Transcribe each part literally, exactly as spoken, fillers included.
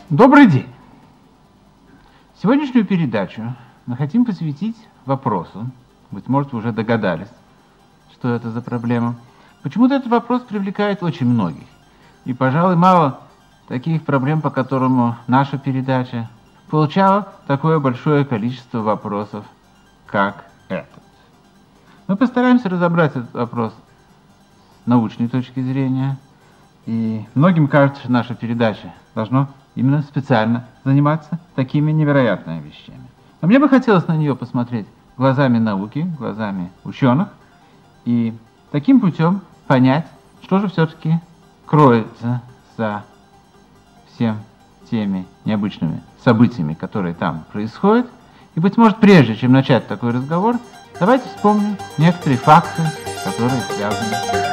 Добрый день! Сегодняшнюю передачу мы хотим посвятить вопросу, быть может, вы уже догадались, что это за проблема. Почему-то этот вопрос привлекает очень многих. И, пожалуй, мало таких проблем, по которым наша передача получала такое большое количество вопросов, как этот. Мы постараемся разобрать этот вопрос с научной точки зрения. И многим кажется, что наша передача должна именно специально заниматься такими невероятными вещами. А мне бы хотелось на нее посмотреть глазами науки, глазами ученых, и таким путем понять, что же все-таки кроется за всем теми необычными событиями, которые там происходят. И, быть может, прежде чем начать такой разговор, давайте вспомним некоторые факты, которые связаны с этим.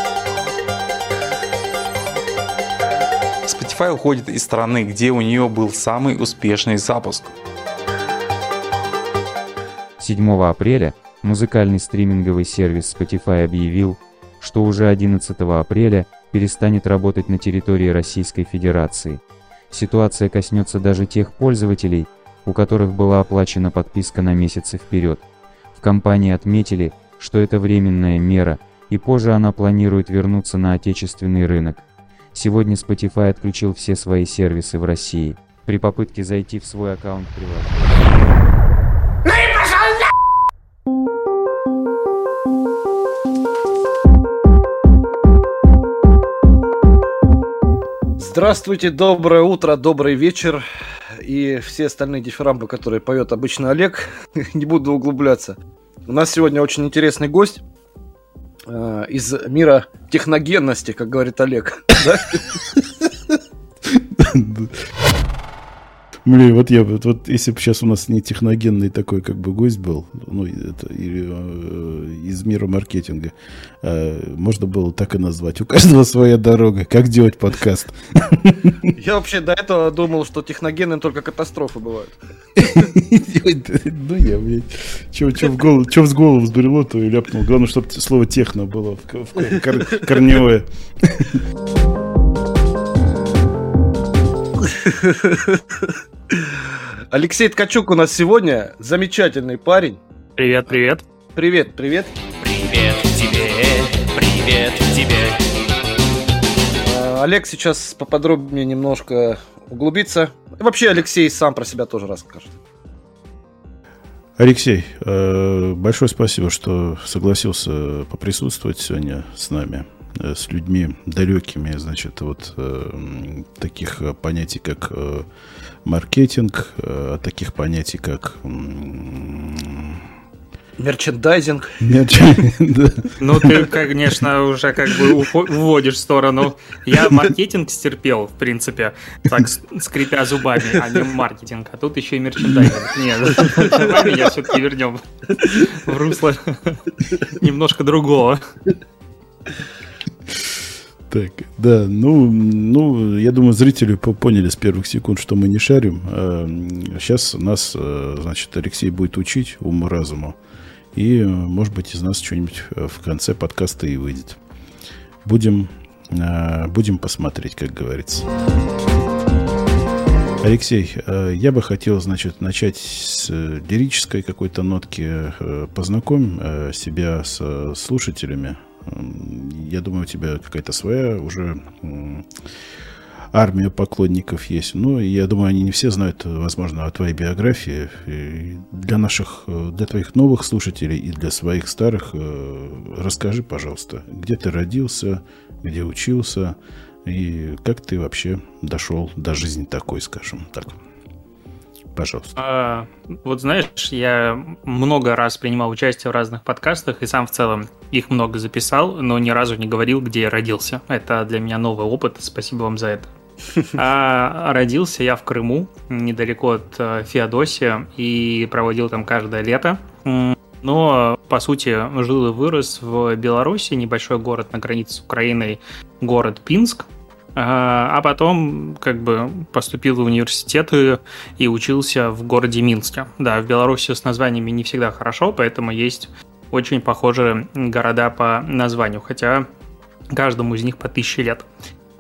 Spotify уходит из страны, где у нее был самый успешный запуск. седьмого апреля музыкальный стриминговый сервис Spotify объявил, что уже одиннадцатого апреля перестанет работать на территории Российской Федерации. Ситуация коснется даже тех пользователей, у которых была оплачена подписка на месяцы вперед. В компании отметили, что это временная мера, и позже она планирует вернуться на отечественный рынок. Сегодня Spotify отключил все свои сервисы в России. При попытке зайти в свой аккаунт приложения. Здравствуйте, доброе утро, добрый вечер и все остальные дифирамбы, которые поет обычно Олег. Не буду углубляться. У нас сегодня очень интересный гость э, из мира техногенности, как говорит Олег. Блин, вот я бы, вот, вот если бы сейчас у нас не техногенный такой как бы гость был, ну, это, или, э, из мира маркетинга, э, можно было так и назвать. У каждого своя дорога. Как делать подкаст? Я вообще до этого думал, что техногенным только катастрофы бывают. Ну, я, блядь, что в голову взбрело, то и ляпнул. Главное, чтобы слово техно было корневое. Алексей Ткачук у нас сегодня замечательный парень. Привет, привет. Привет, привет. Привет тебе, привет тебе. Олег сейчас поподробнее немножко углубится. И вообще Алексей сам про себя тоже расскажет. Алексей, большое спасибо, что согласился поприсутствовать сегодня с нами, с людьми далекими, значит, вот э, таких понятий, как э, маркетинг, э, таких понятий, как э, мерчендайзинг. Ну, ты, конечно, уже как бы уводишь в сторону. Я маркетинг стерпел, в принципе, так, скрипя зубами, а не маркетинг. А тут еще и мерчендайзинг. Нет, давай меня все-таки вернем в русло немножко другого. Так, да, ну, ну, я думаю, зрители поняли с первых секунд, что мы не шарим. Сейчас нас, значит, Алексей будет учить уму-разуму. И, может быть, из нас что-нибудь в конце подкаста и выйдет. Будем, будем посмотреть, как говорится. Алексей, я бы хотел, значит, начать с лирической какой-то нотки. Познакомь себя с слушателями. Я думаю, у тебя какая-то своя уже армия поклонников есть. Ну, я думаю, они не все знают, возможно, о твоей биографии. И для наших, для твоих новых слушателей и для своих старых расскажи, пожалуйста, где ты родился, где учился и как ты вообще дошел до жизни такой, скажем так. Пожалуйста. А, вот знаешь, я много раз принимал участие в разных подкастах и сам в целом их много записал, но ни разу не говорил, где я родился. Это для меня новый опыт, спасибо вам за это. А родился я в Крыму, недалеко от Феодосии, и проводил там каждое лето. Но, по сути, жил и вырос в Беларуси, небольшой город на границе с Украиной, город Пинск. А потом как бы поступил в университет и учился в городе Минске. Да, в Беларуси с названиями не всегда хорошо, поэтому есть очень похожие города по названию, хотя каждому из них по тысяче лет.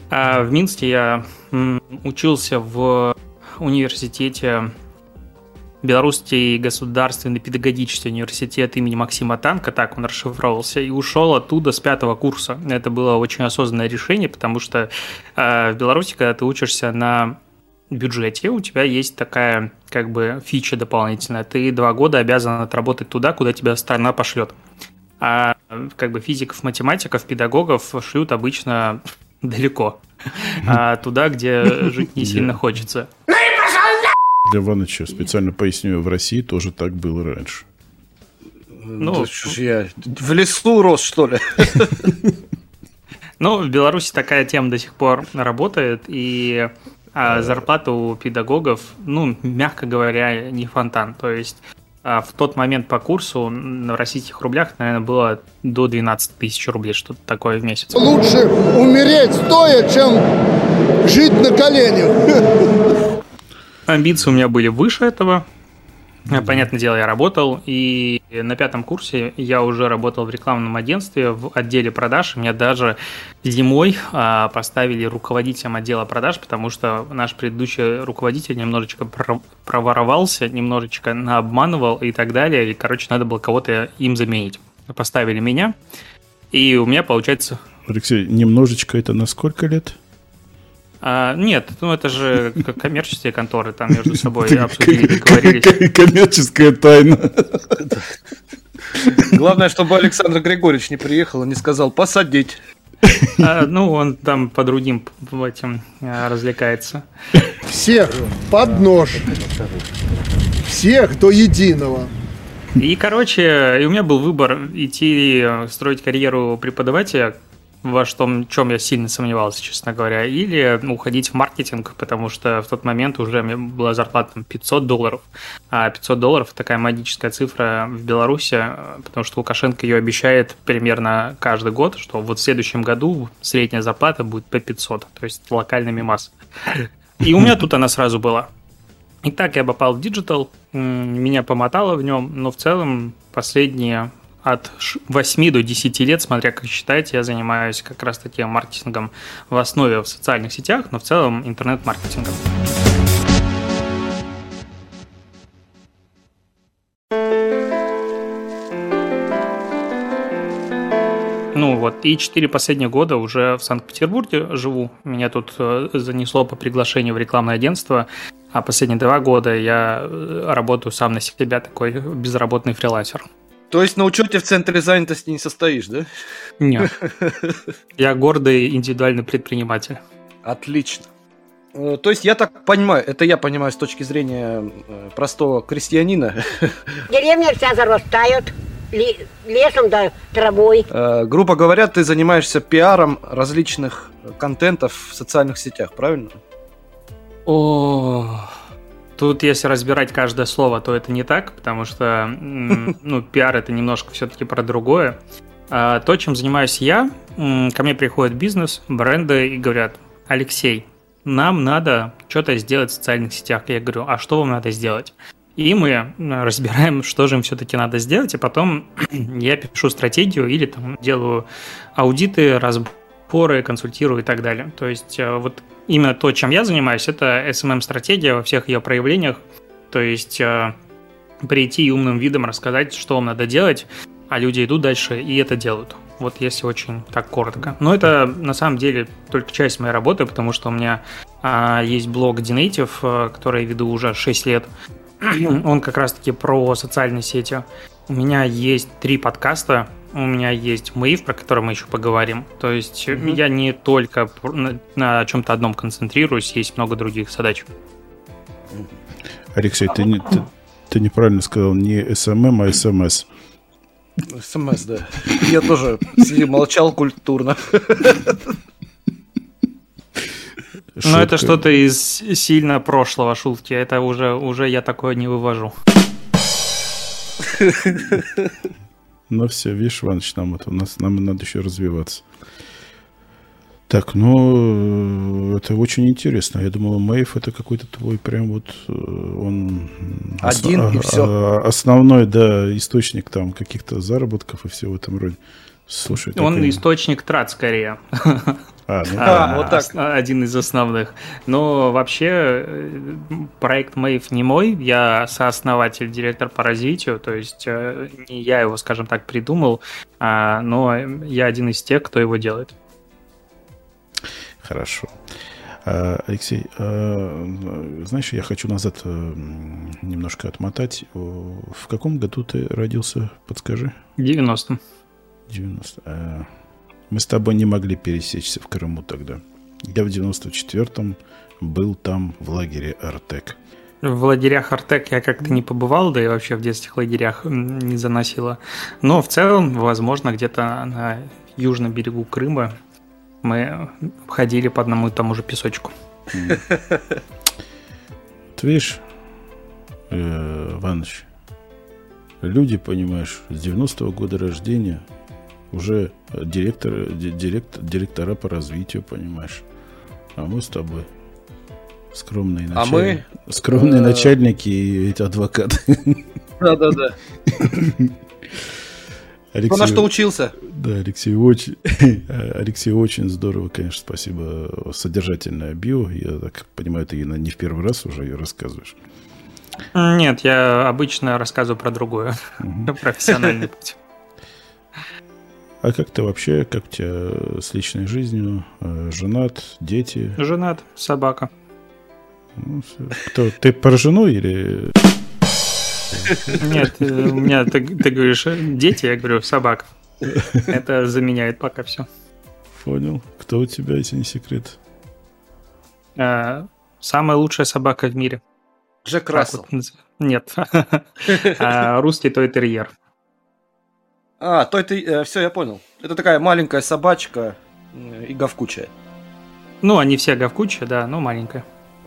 А в Минске я м, учился в университете, Белорусский государственный педагогический университет имени Максима Танка, так он расшифровывался, и ушел оттуда с пятого курса. Это было очень осознанное решение, потому что э, в Беларуси, когда ты учишься на бюджете, у тебя есть такая как бы фича дополнительная. Ты два года обязан отработать туда, куда тебя страна пошлет. А как бы физиков, математиков, педагогов шлют обычно далеко, а туда, где жить не сильно хочется. Для Ивановича специально поясню, в России тоже так было раньше. Ну, да, что ж я в лесу рос, что ли? Ну, в Беларуси такая тема до сих пор работает, и а, зарплата у педагогов, ну, мягко говоря, не фонтан. То есть а, в тот момент по курсу в российских рублях, наверное, было до двенадцать тысяч рублей, что-то такое в месяц. Лучше умереть стоя, чем жить на коленях. Амбиции у меня были выше этого. Понятное дело, я работал, и на пятом курсе я уже работал в рекламном агентстве в отделе продаж. Меня даже зимой а, поставили руководителем отдела продаж, потому что наш предыдущий руководитель немножечко проворовался, немножечко наобманывал и так далее. И, короче, надо было кого-то им заменить. Поставили меня, и у меня получается... Алексей, немножечко это на сколько лет? А, нет, ну это же коммерческие конторы там между собой обсудили, договорились. Коммерческая тайна. Главное, чтобы Александр Григорьевич не приехал и не сказал посадить. А, ну, он там по другим этим а, развлекается. Всех под нож. Всех до единого. И, короче, и у меня был выбор идти строить карьеру преподавателя, во что, чем я сильно сомневался, честно говоря, или уходить в маркетинг, потому что в тот момент уже у меня была зарплата там, пятьсот долларов, а пятьсот долларов – такая магическая цифра в Беларуси, потому что Лукашенко ее обещает примерно каждый год, что вот в следующем году средняя зарплата будет по пятьсот, то есть локальный мемас. И у меня тут она сразу была. И так я попал в диджитал, меня помотало в нем, но в целом последние... От восьми до десяти лет, смотря как считать, я занимаюсь как раз-таки маркетингом в основе в социальных сетях, но в целом интернет-маркетингом. Ну вот, и четыре последних года уже в Санкт-Петербурге живу. Меня тут занесло по приглашению в рекламное агентство, а последние два года я работаю сам на себя, такой безработный фрилансер. То есть на учете в центре занятости не состоишь, да? Нет. Я гордый индивидуальный предприниматель. Отлично. То есть я так понимаю, это я понимаю с точки зрения простого крестьянина. Деревня вся зарастает лесом да травой. Грубо говоря, ты занимаешься пиаром различных контентов в социальных сетях, правильно? О. Тут, если разбирать каждое слово, то это не так, потому что ну, пиар – это немножко все-таки про другое. А то, чем занимаюсь я, ко мне приходит бизнес, бренды и говорят: Алексей, нам надо что-то сделать в социальных сетях. Я говорю: а что вам надо сделать? И мы разбираем, что же им все-таки надо сделать, и потом я пишу стратегию или там делаю аудиты, разборы, консультирую и так далее. То есть вот именно то, чем я занимаюсь, это эс эм эм-стратегия во всех ее проявлениях. То есть э, прийти и умным видом рассказать, что вам надо делать, а люди идут дальше и это делают. Вот если очень так коротко. Но это на самом деле только часть моей работы, потому что у меня э, есть блог Dnative, э, который я веду уже шесть лет. Он как раз-таки про социальные сети. У меня есть три подкаста. У меня есть Мэйв, про который мы еще поговорим. То есть mm-hmm. я не только на, на чем-то одном концентрируюсь, есть много других задач. Алексей, ты, не, ты, ты неправильно сказал, не эс эм эм, а эс эм эс. эс эм эс, да. Я тоже сидел, молчал культурно. Но это что-то из сильно прошлого шутки. Это уже, уже я такое не вывожу. Ну все, видишь, Иваныч, нам это, у нас, нам надо еще развиваться. Так, ну, это очень интересно. Я думал, Мэйв это какой-то твой прям вот, он... Один ос- и все. Основной, да, источник там каких-то заработков и все в этом роде. Слушай, Он такой... источник трат скорее. А, ну, А, а, вот так. Один из основных. Но вообще проект Мэйв не мой. Я сооснователь, директор по развитию. То есть не я его, скажем так, придумал, но я один из тех, кто его делает. Хорошо. А, Алексей, а, знаешь, я хочу назад немножко отмотать. В каком году ты родился? Подскажи. В девяностом. девяносто. А, мы с тобой не могли пересечься в Крыму тогда. Я в девяносто четвёртом был там в лагере Артек. В лагерях Артек я как-то не побывал, да и вообще в детских лагерях не заносило. Но в целом, возможно, где-то на южном берегу Крыма мы ходили по одному и тому же песочку. Ты видишь, Иваныч, люди, понимаешь, с девяностого года рождения уже директор, директор, директора по развитию, понимаешь. А мы с тобой скромные начальники. А мы? Скромные начальники и эти адвокаты. Да-да-да. Алексей, Кто на что учился? Да, Алексей очень, Алексей, очень здорово, конечно, спасибо. Содержательное био. Я так понимаю, ты не в первый раз уже ее рассказываешь. Нет, я обычно рассказываю про другое. Угу. Профессиональный путь. А как ты вообще, как у тебя с личной жизнью? Женат, дети? Женат, собака. Ну, кто, ты про жену или... Нет, у меня, ты, ты говоришь, дети, я говорю, собака. Это заменяет пока все. Понял. Кто у тебя, если не секрет? А, самая лучшая собака в мире. Джек Рассел. Вот, нет. а, русский той-терьер. А, той-ты... Э, все, я понял. Это такая маленькая собачка и говкучая. Ну, они все говкучие, да, но маленькая.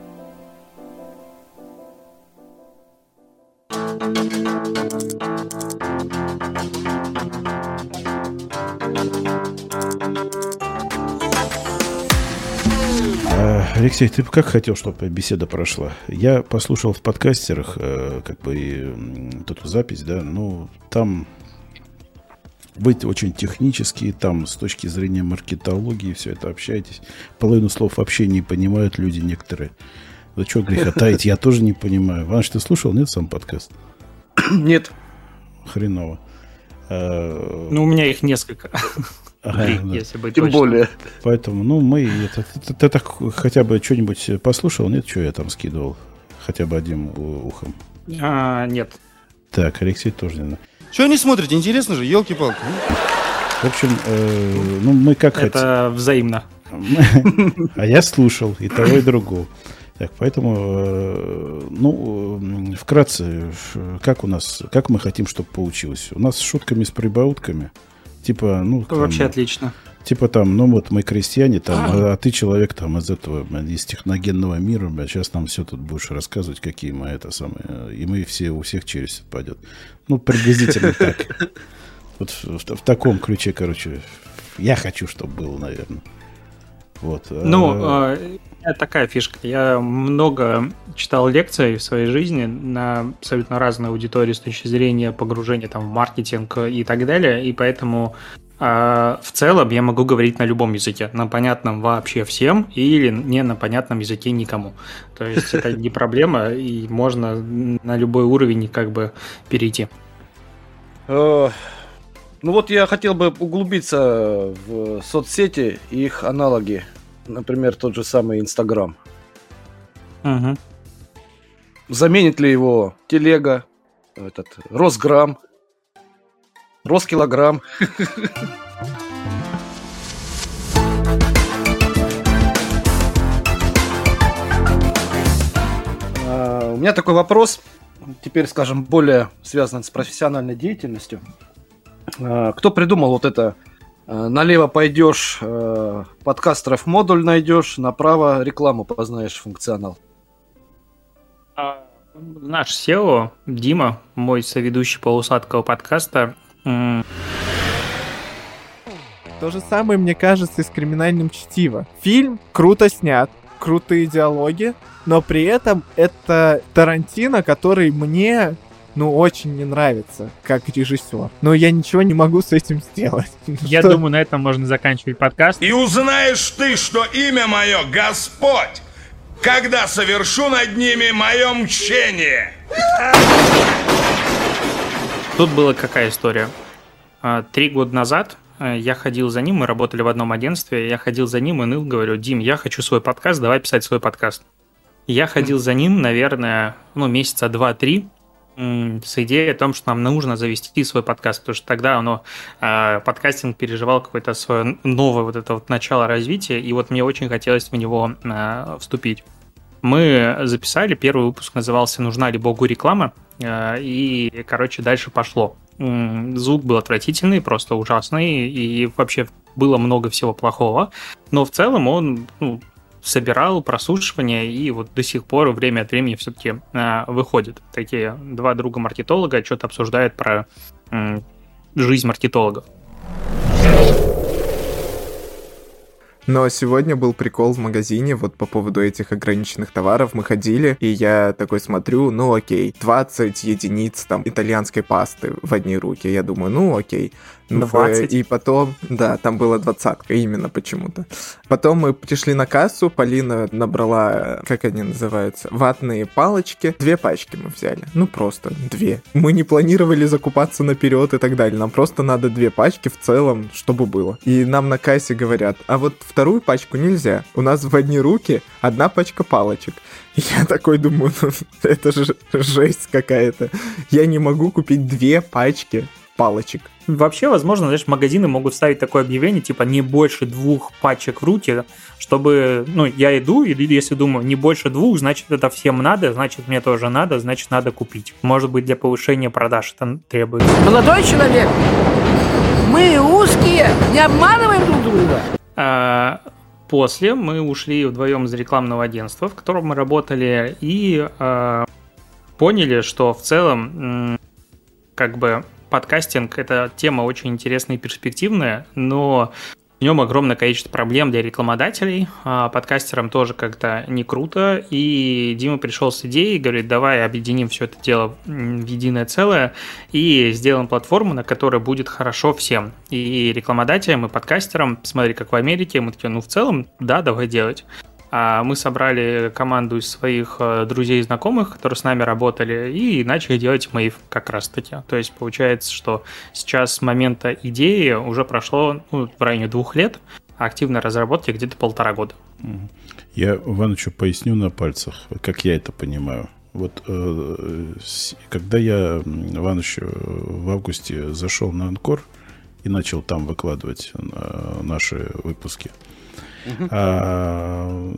Алексей, ты как хотел, чтобы беседа прошла? Я послушал в подкастерах э, как бы вот эту запись, да, ну, там вы очень технические, там с точки зрения маркетологии все это общаетесь. Половину слов вообще не понимают люди некоторые. Да что греха таить, я тоже не понимаю. Ваныч, ты слушал, нет, сам подкаст? Нет. Хреново. А... Ну, у меня их несколько. Ага, Три, да. если быть Тем точным. более. Поэтому, ну, мы... Это, ты, ты так хотя бы что-нибудь послушал? Нет, что я там скидывал? Хотя бы одним ухом. А, нет. Так, Алексей тоже не... Что не смотрите? Интересно же, елки-палки. В общем, э, ну, мы как хотим. Это взаимно. А я слушал и того, и другого. Так, поэтому, э, ну, вкратце, как у нас, как мы хотим, чтобы получилось? У нас с шутками, с прибаутками. Типа, ну... Там, вообще отлично. Типа там, ну вот мы крестьяне, там, а, а ты человек там из этого, из техногенного мира, а сейчас нам все тут будешь рассказывать, какие мы это самое, и мы все, у всех челюсть отпадет. Ну, приблизительно так. Вот в, в, в таком ключе, короче, я хочу, чтобы было, наверное. Вот. Ну, э, такая фишка. Я много читал лекций в своей жизни на абсолютно разные аудитории с точки зрения погружения там, в маркетинг и так далее, и поэтому э, в целом я могу говорить на любом языке, на понятном вообще всем или не на понятном языке никому. То есть это не проблема, и можно на любой уровень как бы перейти. Ну вот я хотел бы углубиться в соцсети и их аналоги. Например, тот же самый Инстаграм. Угу. Заменит ли его телега, этот, Росграмм, Роскилограмм? У меня такой вопрос, теперь, скажем, более связан с профессиональной деятельностью. Кто придумал вот это «налево пойдешь, подкастеров модуль найдешь, направо рекламу познаешь» функционал? Наш сео Дима, мой соведущий полусладкого подкаста. То же самое, мне кажется, и с «Криминальным чтиво». Фильм круто снят, крутые диалоги, но при этом это Тарантино, который мне ну, очень не нравится, как режиссер. Но я ничего не могу с этим сделать. Я что? думаю, на этом можно заканчивать подкаст. И узнаешь ты, что имя мое Господь, когда совершу над ними мое мщение. Тут была какая история? Три года назад я ходил за ним, мы работали в одном агентстве, я ходил за ним и ныл, говорю: Дим, я хочу свой подкаст, давай писать свой подкаст. Я ходил за ним, наверное, ну, месяца два-три, с идеей о том, что нам нужно завести свой подкаст, потому что тогда оно, подкастинг переживал какое-то свое новое вот это вот начало развития, и вот мне очень хотелось в него вступить. Мы записали, первый выпуск назывался «Нужна ли Богу реклама?», и, короче, дальше пошло. Звук был отвратительный, просто ужасный, и вообще было много всего плохого, но в целом он, ну, собирал прослушивания, и вот до сих пор время от времени все-таки э, выходят. Такие два друга-маркетолога что-то обсуждают про э, жизнь маркетологов. Но сегодня был прикол в магазине вот по поводу этих ограниченных товаров. Мы ходили, и я такой смотрю, ну окей, двадцать единиц там итальянской пасты в одни руки. Я думаю, ну окей. двадцать? И потом, да, там была двадцатка, именно почему-то. Потом мы пришли на кассу, Полина набрала, как они называются, ватные палочки. Две пачки мы взяли, ну просто две. Мы не планировали закупаться наперед и так далее, нам просто надо две пачки в целом, чтобы было. И нам на кассе говорят, а вот вторую пачку нельзя, у нас в одни руки одна пачка палочек. И я такой думаю, ну это же жесть какая-то. Я не могу купить две пачки палочек. Вообще, возможно, знаешь, магазины могут ставить такое объявление, типа, не больше двух пачек в руки, чтобы, ну, я иду, и если думаю, не больше двух, значит, это всем надо, значит, мне тоже надо, значит, надо купить. Может быть, для повышения продаж это требуется. Молодой человек, мы узкие, не обманываем друг друга. А, после мы ушли вдвоем из рекламного агентства, в котором мы работали, и а, поняли, что в целом, м- как бы, подкастинг – это тема очень интересная и перспективная, но в нем огромное количество проблем для рекламодателей. А подкастерам тоже как-то не круто. И Дима пришел с идеей, говорит, давай объединим все это дело в единое целое и сделаем платформу, на которой будет хорошо всем. И рекламодателям, и подкастерам, смотри, как в Америке, мы такие, ну в целом, да, давай делать. А мы собрали команду из своих друзей и знакомых, которые с нами работали, и начали делать Мэйв как раз-таки. То есть получается, что сейчас с момента идеи уже прошло, ну, в районе двух лет, а активной разработки где-то полтора года. Я Иванычу поясню на пальцах, как я это понимаю. Вот э, когда я, Иваныч, в августе зашел на Анкор и начал там выкладывать э, наши выпуски, Uh-huh. А,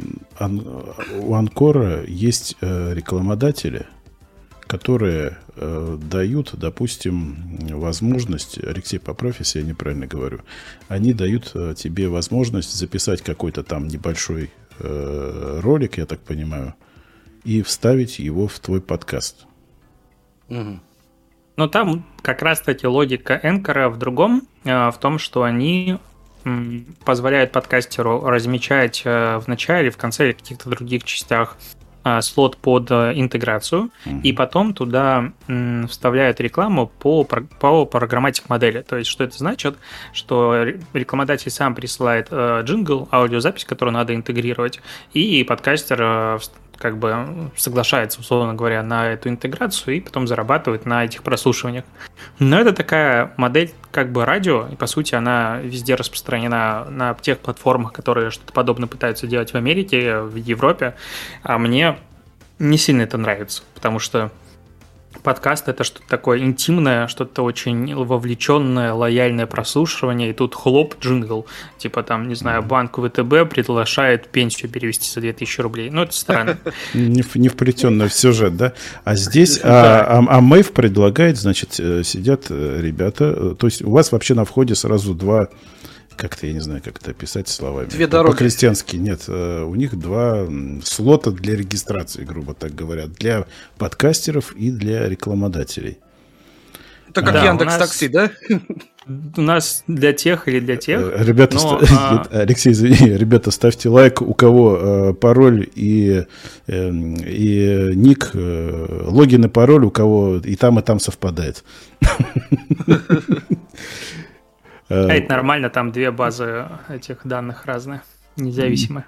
у Анкора есть э, рекламодатели, которые э, дают, допустим, возможность, Алексей, поправь, если я неправильно говорю, они дают э, тебе возможность записать какой-то там небольшой э, ролик, я так понимаю, и вставить его в твой подкаст. Uh-huh. Ну, там как раз-таки логика Энкора в другом, э, в том, что они позволяет подкастеру размечать в начале или в конце или в каких-то других частях слот под интеграцию, mm-hmm. и потом туда вставляют рекламу по, по программатик модели. То есть, что это значит? Что рекламодатель сам присылает джингл, аудиозапись, которую надо интегрировать, и подкастер как бы соглашается, условно говоря, на эту интеграцию и потом зарабатывает на этих прослушиваниях. Но это такая модель как бы радио, и по сути она везде распространена на тех платформах, которые что-то подобное пытаются делать в Америке, в Европе, а мне не сильно это нравится, потому что подкаст — это что-то такое интимное, что-то очень вовлеченное, лояльное прослушивание, и тут хлоп, джингл, типа там, не знаю, банк ВТБ приглашает пенсию перевести за две тысячи рублей. Ну, это странно. Не, не вплетенное в сюжет, да? А здесь, а, а, а Мэйв предлагает, значит, сидят ребята, то есть у вас вообще на входе сразу два... Как-то, я не знаю, как это описать словами. Две дороги. По-крестьянски нет. У них два слота для регистрации, грубо так говоря. Для подкастеров и для рекламодателей. Это как да, Яндекс.Такси, нас... да? у нас для тех или для тех. Ребята, но, ст... а... Алексей, извини, ребята, ставьте лайк, у кого э, пароль и, э, и ник, э, логин и пароль, у кого и там, и там совпадает. А это нормально, там две базы этих данных разные, независимые.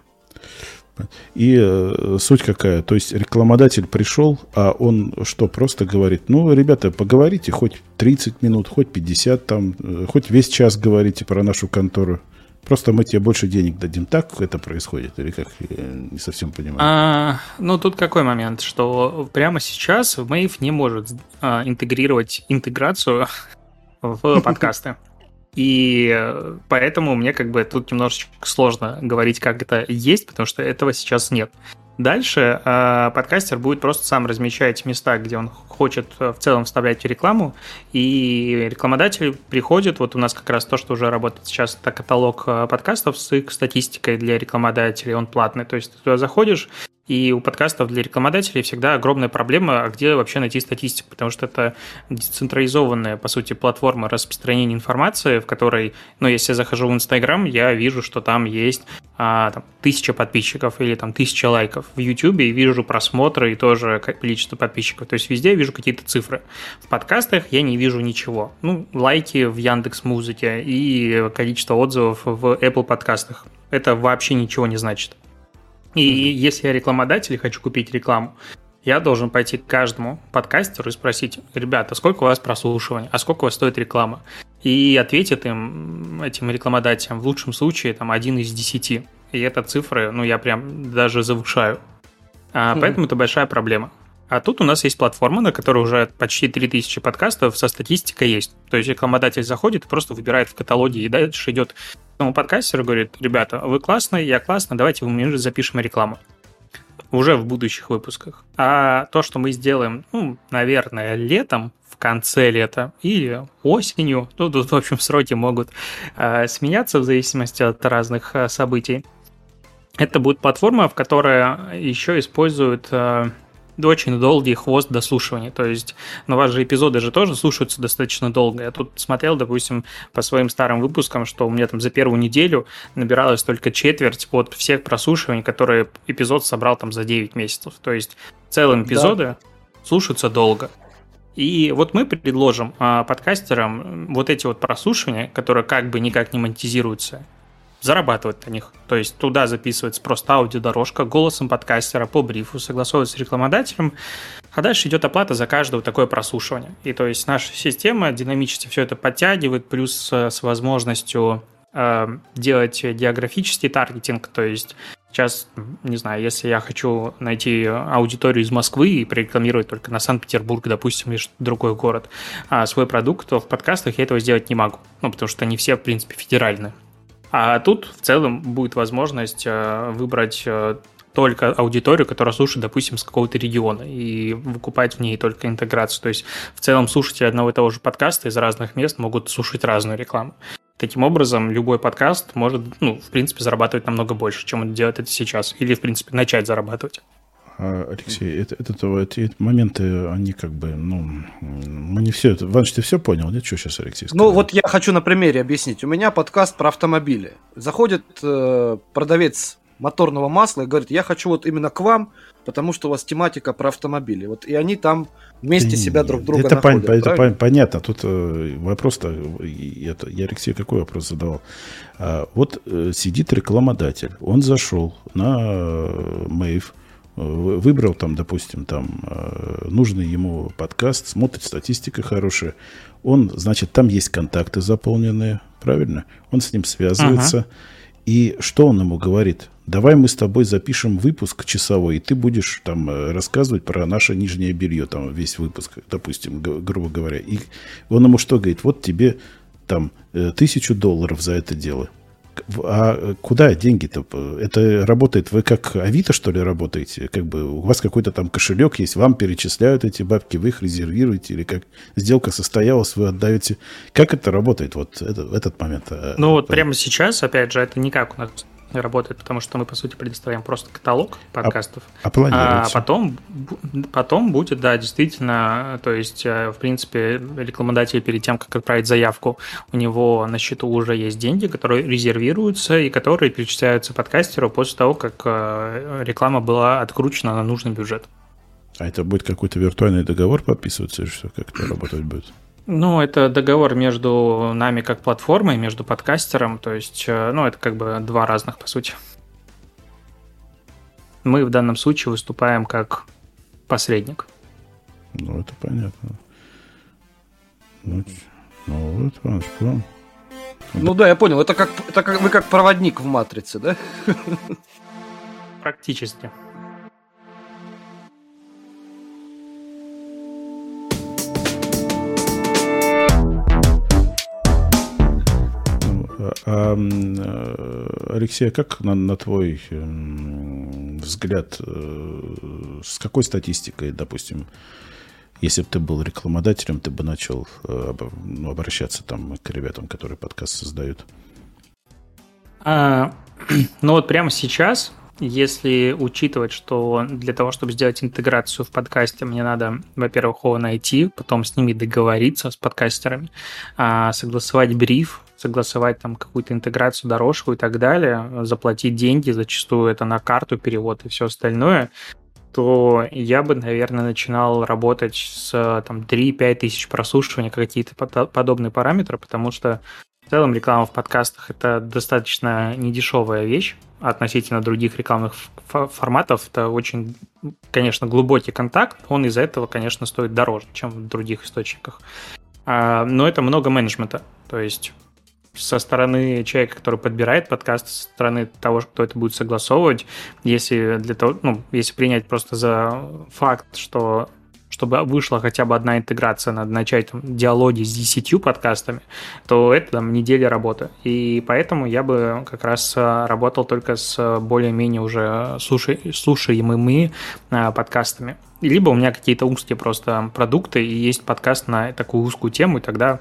И э, суть какая, то есть рекламодатель пришел, а он что, просто говорит, ну, ребята, поговорите хоть тридцать минут, хоть пятьдесят, там, э, хоть весь час говорите про нашу контору, просто мы тебе больше денег дадим. Так это происходит или как? Я не совсем понимаю. А, ну, тут какой момент, что прямо сейчас Wave не может а, интегрировать интеграцию в подкасты. И поэтому мне как бы тут немножечко сложно говорить, как это есть, потому что этого сейчас нет. Дальше э, подкастер будет просто сам размещать места, где он хочет в целом вставлять рекламу, и рекламодатель приходит, вот у нас как раз то, что уже работает сейчас, это каталог подкастов с их статистикой для рекламодателей, он платный, то есть ты туда заходишь, и у подкастов для рекламодателей всегда огромная проблема, где вообще найти статистику, потому что это децентрализованная, по сути, платформа распространения информации, в которой, ну, если я захожу в Инстаграм, я вижу, что там есть а, там, тысяча подписчиков или там тысяча лайков. В Ютубе я вижу просмотры и тоже количество подписчиков, то есть везде я вижу какие-то цифры. В подкастах я не вижу ничего. Ну, лайки в Яндекс.Музыке и количество отзывов в Apple подкастах. Это вообще ничего не значит. И если я рекламодатель и хочу купить рекламу, я должен пойти к каждому подкастеру и спросить: ребята, сколько у вас прослушиваний, а сколько у вас стоит реклама? И ответит им, этим рекламодателям, в лучшем случае, там, один из десяти. И это цифры, ну, я прям даже завышаю. А, mm-hmm. Поэтому это большая проблема. А тут у нас есть платформа, на которой уже почти три тысячи подкастов со статистикой есть. То есть рекламодатель заходит и просто выбирает в каталоге, и дальше идет к тому подкастеру и говорит: ребята, вы классные, я классный, давайте мы запишем рекламу. Уже в будущих выпусках. А то, что мы сделаем, ну, наверное, летом, в конце лета или осенью, ну, тут, в общем, сроки могут э, сменяться в зависимости от разных э, событий. Это будет платформа, в которой еще используют... Э, очень долгий хвост дослушивания. То есть, ну, ваши эпизоды же тоже слушаются достаточно долго. Я тут смотрел, допустим, по своим старым выпускам, что у меня там за первую неделю набиралось только четверть от всех прослушиваний, которые эпизод собрал там за девять месяцев. То есть, целые эпизоды да. слушаются долго. И вот мы предложим а, подкастерам вот эти вот прослушивания, которые как бы никак не монетизируются, зарабатывать на них. То есть туда записывается просто аудиодорожка голосом подкастера по брифу, согласовывается с рекламодателем, а дальше идет оплата за каждое вот такое прослушивание. И то есть наша система динамически все это подтягивает, плюс с возможностью э, делать географический таргетинг, то есть сейчас, не знаю, если я хочу найти аудиторию из Москвы и прорекламировать только на Санкт-Петербург, допустим, или что-то другой город, а свой продукт, то в подкастах я этого сделать не могу, ну, потому что они все, в принципе, федеральные. А тут в целом будет возможность выбрать только аудиторию, которая слушает, допустим, с какого-то региона, и выкупать в ней только интеграцию. То есть в целом слушатели одного и того же подкаста из разных мест могут слушать разную рекламу. Таким образом, любой подкаст может, ну, в принципе, зарабатывать намного больше, чем он делает это сейчас, или, в принципе, начать зарабатывать. Алексей, это, это, это, эти моменты, они как бы, ну, мы не все это... Ваныч, ты все понял, нет? Что сейчас Алексей сказал? Ну, вот я хочу на примере объяснить. У меня подкаст про автомобили. Заходит э, продавец моторного масла и говорит: я хочу вот именно к вам, потому что у вас тематика про автомобили. Вот и они там вместе себя нет, друг друга это находят. Пон, это пон, понятно. Тут э, вопрос-то... Это, я Алексею какой вопрос задавал? А, вот э, сидит рекламодатель. Он зашел на э, Мэйв, выбрал там, допустим, там нужный ему подкаст, смотрит, статистика хорошая. Он, значит, там есть контакты заполненные, правильно? Он с ним связывается. Uh-huh. И что он ему говорит? Давай мы с тобой запишем выпуск часовой, и ты будешь там рассказывать про наше нижнее белье, там весь выпуск, допустим, г- грубо говоря. И он ему что говорит? Вот тебе там тысячу долларов за это дело. А куда деньги-то? Это работает, вы как Авито, что ли, работаете? Как бы у вас какой-то там кошелек есть, вам перечисляют эти бабки, вы их резервируете, или как сделка состоялась, вы отдаете. Как это работает, вот это, этот момент? Ну вот прямо сейчас, опять же, это никак у нас работает, потому что мы, по сути, предоставляем просто каталог подкастов. А, а, а потом, потом будет, да, действительно, то есть, в принципе, рекламодатель перед тем, как отправить заявку, у него на счету уже есть деньги, которые резервируются и которые перечисляются подкастеру после того, как реклама была откручена на нужный бюджет. А это будет какой-то виртуальный договор подписываться, или что? Как это работать будет? Ну, это договор между нами как платформой, между подкастером, то есть, ну, это как бы два разных, по сути. Мы в данном случае выступаем как посредник. Ну, это понятно. Ну, ну вот, ваш план. Ну да, я понял, это как, это как вы как проводник в «Матрице», да? Практически. А, Алексей, как на, на твой взгляд, с какой статистикой, допустим, если бы ты был рекламодателем, ты бы начал ну, обращаться там к ребятам, которые подкаст создают? А, ну вот прямо сейчас, если учитывать, что для того, чтобы сделать интеграцию в подкасте, мне надо, во-первых, его найти, потом с ними договориться, с подкастерами, согласовать бриф, согласовать там какую-то интеграцию, дорожку и так далее, заплатить деньги, зачастую это на карту, перевод и все остальное, то я бы, наверное, начинал работать с там, три-пять тысяч прослушиваний, какие-то подобные параметры, потому что в целом реклама в подкастах – это достаточно недешевая вещь относительно других рекламных форматов. Это очень, конечно, глубокий контакт, он из-за этого, конечно, стоит дороже, чем в других источниках. Но это много менеджмента, то есть со стороны человека, который подбирает подкаст, со стороны того, кто это будет согласовывать, если для того, ну, если принять просто за факт, что чтобы вышла хотя бы одна интеграция, надо начать там, диалоги с десятью подкастами, то это там неделя работы. И поэтому я бы как раз работал только с более-менее уже слушаемыми подкастами. Либо у меня какие-то узкие просто продукты, и есть подкаст на такую узкую тему, и тогда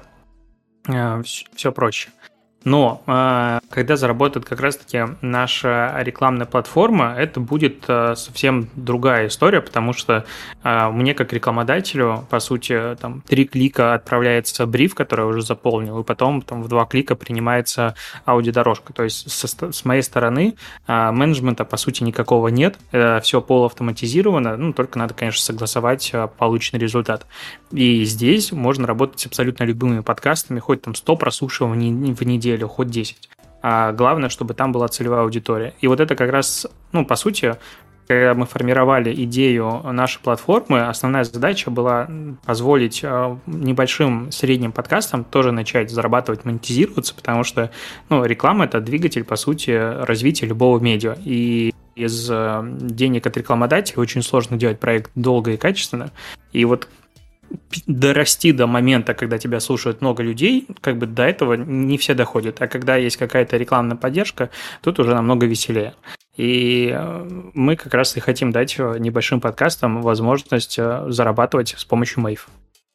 все проще. Но э, когда заработает как раз-таки наша рекламная платформа, это будет э, совсем другая история, потому что э, мне как рекламодателю, по сути, там три клика отправляется бриф, который я уже заполнил, и потом там в два клика принимается аудиодорожка. То есть со, с моей стороны э, менеджмента, по сути, никакого нет, э, все полуавтоматизировано, ну, только надо, конечно, согласовать э, полученный результат. И здесь можно работать с абсолютно любыми подкастами, хоть там сто прослушиваний в неделю, хоть десять. А главное, чтобы там была целевая аудитория. И вот это как раз, ну, по сути, когда мы формировали идею нашей платформы, основная задача была позволить небольшим средним подкастам тоже начать зарабатывать, монетизироваться, потому что, ну, реклама – это двигатель, по сути, развития любого медиа. И из денег от рекламодателя очень сложно делать проект долго и качественно. И вот дорасти до момента, когда тебя слушают много людей, как бы до этого не все доходят. А когда есть какая-то рекламная поддержка, тут уже намного веселее. И мы как раз и хотим дать небольшим подкастам возможность зарабатывать с помощью Мэйв.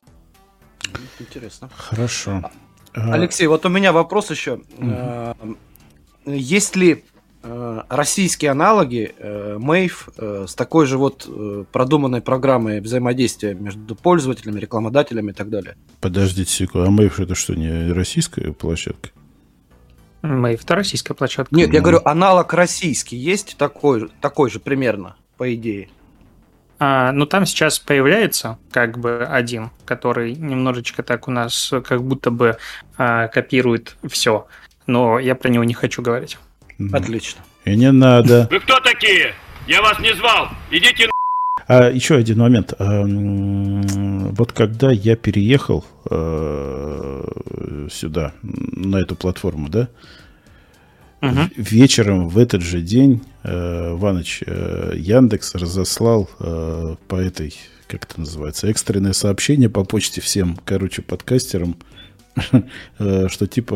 Интересно. Хорошо. Алексей, вот у меня вопрос еще. Угу. Есть ли российские аналоги Мэйв с такой же вот продуманной программой взаимодействия между пользователями, рекламодателями и так далее? Подождите секунду, а Мэйв это что, не российская площадка? Мэйв это российская площадка. Нет, я говорю, аналог российский есть такой, такой же примерно, по идее? А, ну, там сейчас появляется как бы один, который немножечко так у нас как будто бы а, копирует все, но я про него не хочу говорить. Отлично. И не надо. Вы кто такие? Я вас не звал. Идите на... А еще один момент. Вот когда я переехал э, сюда, на эту платформу, да, угу. вечером в этот же день э, Ваныч, э, Яндекс разослал э, по этой, как это называется, экстренное сообщение по почте всем, короче, подкастерам, что типа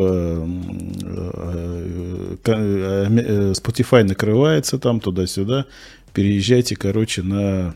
Spotify накрывается там туда-сюда, переезжайте, короче, на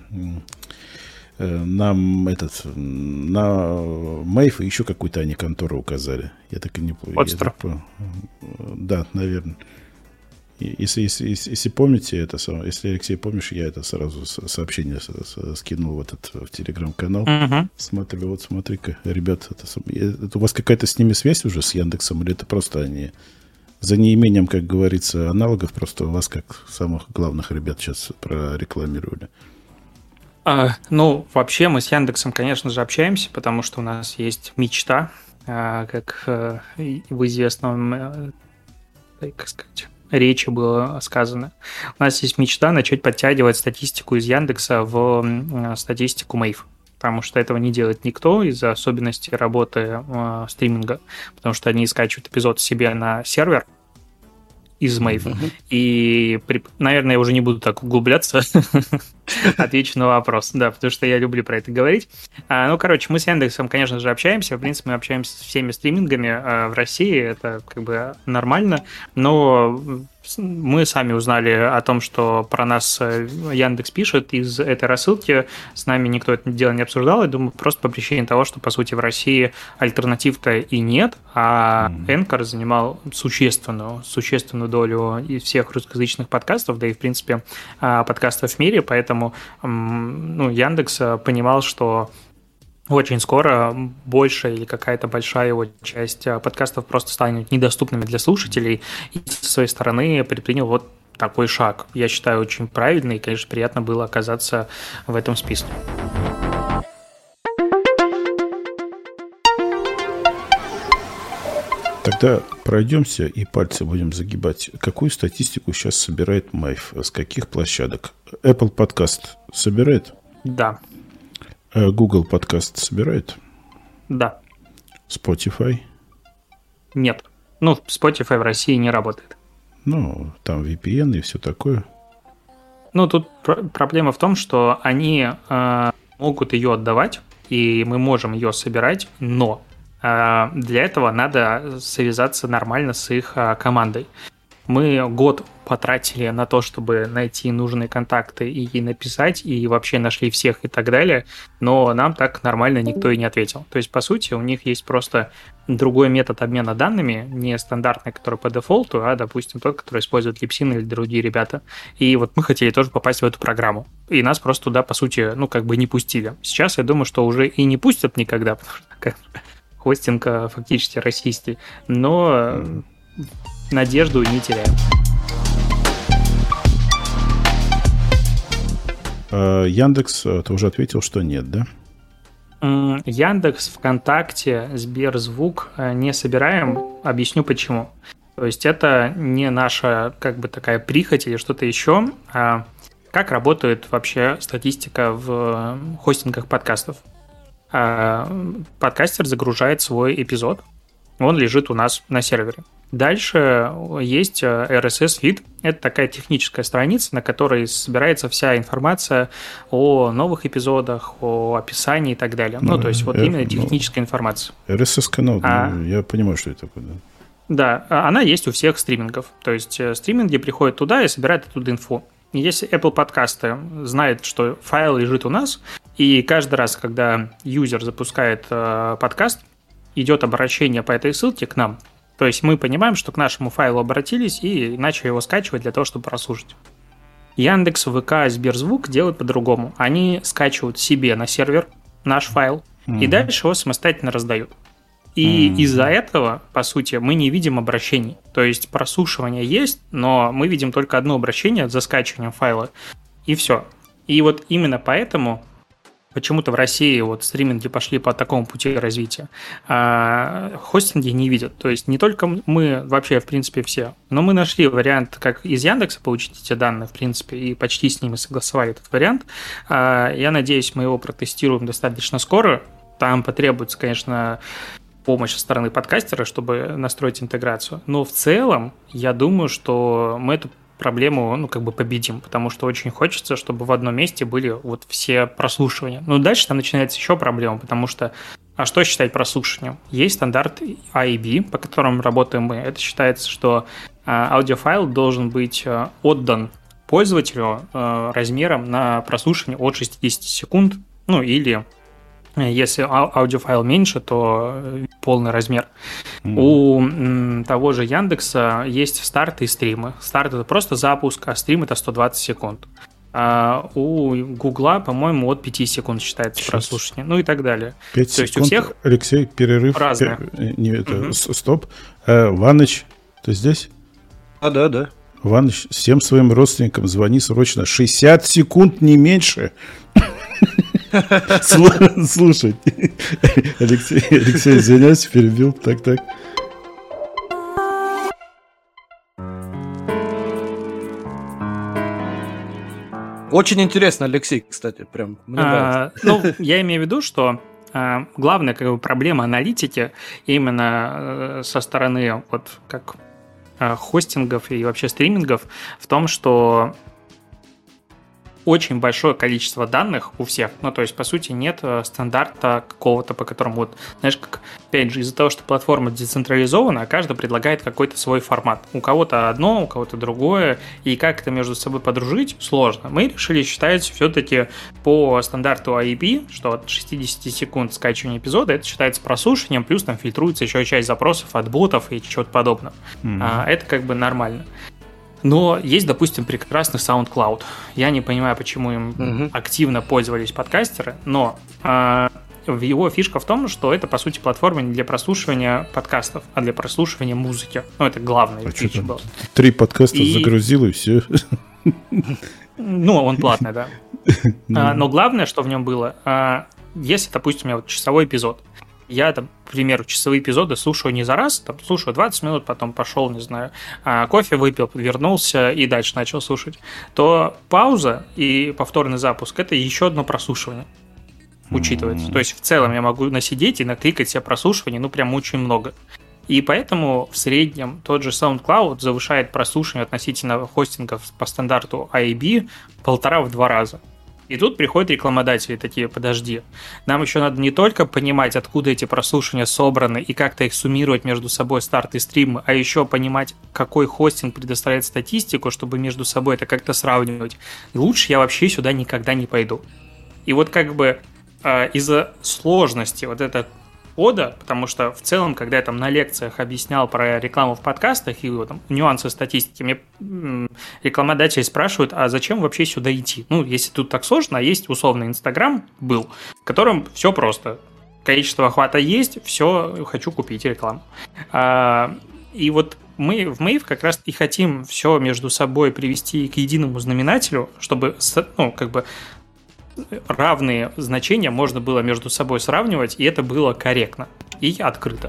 нам этот на Мэйв и еще какую-то они контору указали. Я так и не понял. Подстер. Да, наверное. Если, если, если, если помните, это самое, если, Алексей, помнишь, я это сразу сообщение скинул в этот в телеграм-канал. Uh-huh. Смотрю, вот смотри-ка, ребят, это, это у вас какая-то с ними связь уже с Яндексом, или это просто они за неимением, как говорится, аналогов, просто у вас как самых главных ребят сейчас прорекламировали? А, ну, вообще мы с Яндексом, конечно же, общаемся, потому что у нас есть мечта, как в известном, как сказать, речи было сказано. У нас есть мечта начать подтягивать статистику из Яндекса в статистику Мэйв, потому что этого не делает никто из-за особенностей работы э, стриминга, потому что они скачивают эпизод себе на сервер из Мэйв. Mm-hmm. И, наверное, я уже не буду так углубляться. Отвечу на вопрос, да, потому что я люблю про это говорить. А, ну, короче, мы с Яндексом, конечно же, общаемся. В принципе, мы общаемся с всеми стримингами а, в России. Это как бы нормально. Но мы сами узнали о том, что про нас Яндекс пишет из этой рассылки. С нами никто это дело не обсуждал. Я думаю, просто по причине того, что, по сути, в России альтернатив-то и нет, а Anchor занимал существенную, существенную долю из всех русскоязычных подкастов, да и, в принципе, подкастов в мире. Поэтому ну, Яндекс понимал, что очень скоро большая или какая-то большая его часть подкастов просто станет недоступными для слушателей, и со своей стороны предпринял вот такой шаг. Я считаю, очень правильный, и, конечно, приятно было оказаться в этом списке. Тогда пройдемся и пальцы будем загибать. Какую статистику сейчас собирает Мэйв? С каких площадок? Apple Podcast собирает? Да. Google Podcast собирает? Да. Spotify? Нет. Ну, Spotify в России не работает. Ну, там ви пи эн и все такое. Ну, тут пр- проблема в том, что они э, могут ее отдавать, и мы можем ее собирать, но э, для этого надо связаться нормально с их э, командой. Мы год потратили на то, чтобы найти нужные контакты и написать, и вообще нашли всех и так далее, но нам так нормально никто и не ответил. То есть, по сути, у них есть просто другой метод обмена данными, не стандартный, который по дефолту, а, допустим, тот, который использует Libsyn или другие ребята. И вот мы хотели тоже попасть в эту программу. И нас просто туда, по сути, ну, как бы не пустили. Сейчас я думаю, что уже и не пустят никогда, потому что как, хостинг фактически российский. Но надежду не теряем. Яндекс, ты уже ответил, что нет, да? Яндекс, ВКонтакте, Сберзвук не собираем. Объясню почему. То есть это не наша как бы такая прихоть или что-то еще. А как работает вообще статистика в хостингах подкастов? Подкастер загружает свой эпизод. Он лежит у нас на сервере. Дальше есть эр эс эс-фид. Это такая техническая страница, на которой собирается вся информация о новых эпизодах, о описании и так далее. Ну, ну то есть вот именно техническая информация. эр эс эс-канал, а, ну, я понимаю, что это такое. Да. да, она есть у всех стримингов. То есть стриминги приходят туда и собирают оттуда инфу. Если Apple подкасты знает, что файл лежит у нас, и каждый раз, когда юзер запускает э, подкаст, идет обращение по этой ссылке к нам. То есть мы понимаем, что к нашему файлу обратились и начали его скачивать для того, чтобы прослушать. Яндекс, ВК, Сберзвук делают по-другому. Они скачивают себе на сервер наш файл mm-hmm. и дальше его самостоятельно раздают. И mm-hmm. из-за этого, по сути, мы не видим обращений. То есть прослушивание есть, но мы видим только одно обращение за скачиванием файла, и все. И вот именно поэтому почему-то в России вот стриминги пошли по такому пути развития, а хостинги не видят. То есть не только мы, вообще, в принципе, все, но мы нашли вариант, как из Яндекса получить эти данные, в принципе, и почти с ними согласовали этот вариант. Я надеюсь, мы его протестируем достаточно скоро. Там потребуется, конечно, помощь со стороны подкастера, чтобы настроить интеграцию. Но в целом, я думаю, что мы эту проблему, ну, как бы победим, потому что очень хочется, чтобы в одном месте были вот все прослушивания. Ну, дальше там начинается еще проблема, потому что, а что считать прослушиванием? Есть стандарт ай и би, по которому работаем мы. Это считается, что а, аудиофайл должен быть а, отдан пользователю а, размером на прослушивание от шестьдесят секунд, ну, или Если ау- аудиофайл меньше, то полный размер. Mm. У м, того же Яндекса есть старт и стримы. Старт — это просто запуск, а стрим — это сто двадцать секунд. А у Гугла, по-моему, от пяти секунд считается Сейчас. прослушивание, ну и так далее. пять То секунд, есть у всех Алексей, перерыв. Разные. Пер... Не, это, mm-hmm. Стоп. А, Ваныч, ты здесь? А, да, да. Ваныч, всем своим родственникам звони срочно. шестьдесят секунд, не меньше. Слушай, Алексей, Алексей, извиняюсь, перебил. Так, так. Очень интересно, Алексей, кстати, прям мне а, ну, я имею в виду, что а, главная как бы, проблема аналитики именно а, со стороны вот как а, хостингов и вообще стримингов в том, что очень большое количество данных у всех. Ну, то есть, по сути, нет стандарта какого-то, по которому, вот, знаешь, как, опять же, из-за того, что платформа децентрализована, каждый предлагает какой-то свой формат. У кого-то одно, у кого-то другое, и как это между собой подружить, сложно. Мы решили считать все-таки по стандарту ай пи, что от шестьдесят секунд скачивания эпизода это считается прослушиванием, плюс там фильтруется еще часть запросов от ботов и чего-то подобного. Mm-hmm. А, это как бы нормально. Но есть, допустим, прекрасный SoundCloud. Я не понимаю, почему им uh-huh. активно пользовались подкастеры, но э, его фишка в том, что это, по сути, платформа не для прослушивания подкастов, а для прослушивания музыки. Ну, это главная а фича была. Три подкаста и... загрузил, и все. Ну, он платный, да. а, но главное, что в нем было, а, если, допустим, у меня вот часовой эпизод, я, там, к примеру, часовые эпизоды слушаю не за раз, там, слушаю двадцать минут, потом пошел, не знаю, кофе выпил, вернулся и дальше начал слушать, то пауза и повторный запуск – это еще одно прослушивание учитывается. Mm-hmm. То есть в целом я могу насидеть и накликать себе прослушивание, ну, прям очень много. И поэтому в среднем тот же SoundCloud завышает прослушивание относительно хостингов по стандарту ай би полтора-в два раза. И тут приходят рекламодатели такие: подожди, нам еще надо не только понимать, откуда эти прослушивания собраны и как-то их суммировать между собой, старт и стрим, а еще понимать, какой хостинг предоставляет статистику, чтобы между собой это как-то сравнивать. И лучше я вообще сюда никогда не пойду. И вот как бы э, из-за сложности вот эта ода, потому что в целом, когда я там на лекциях объяснял про рекламу в подкастах и вот, там, нюансы статистики, мне м- рекламодатели спрашивают, а зачем вообще сюда идти? Ну, если тут так сложно, а есть условный Инстаграм был, в котором все просто. Количество охвата есть, все, хочу купить рекламу. А, и вот мы в Мэйв как раз и хотим все между собой привести к единому знаменателю, чтобы, ну, как бы равные значения можно было между собой сравнивать, и это было корректно и открыто.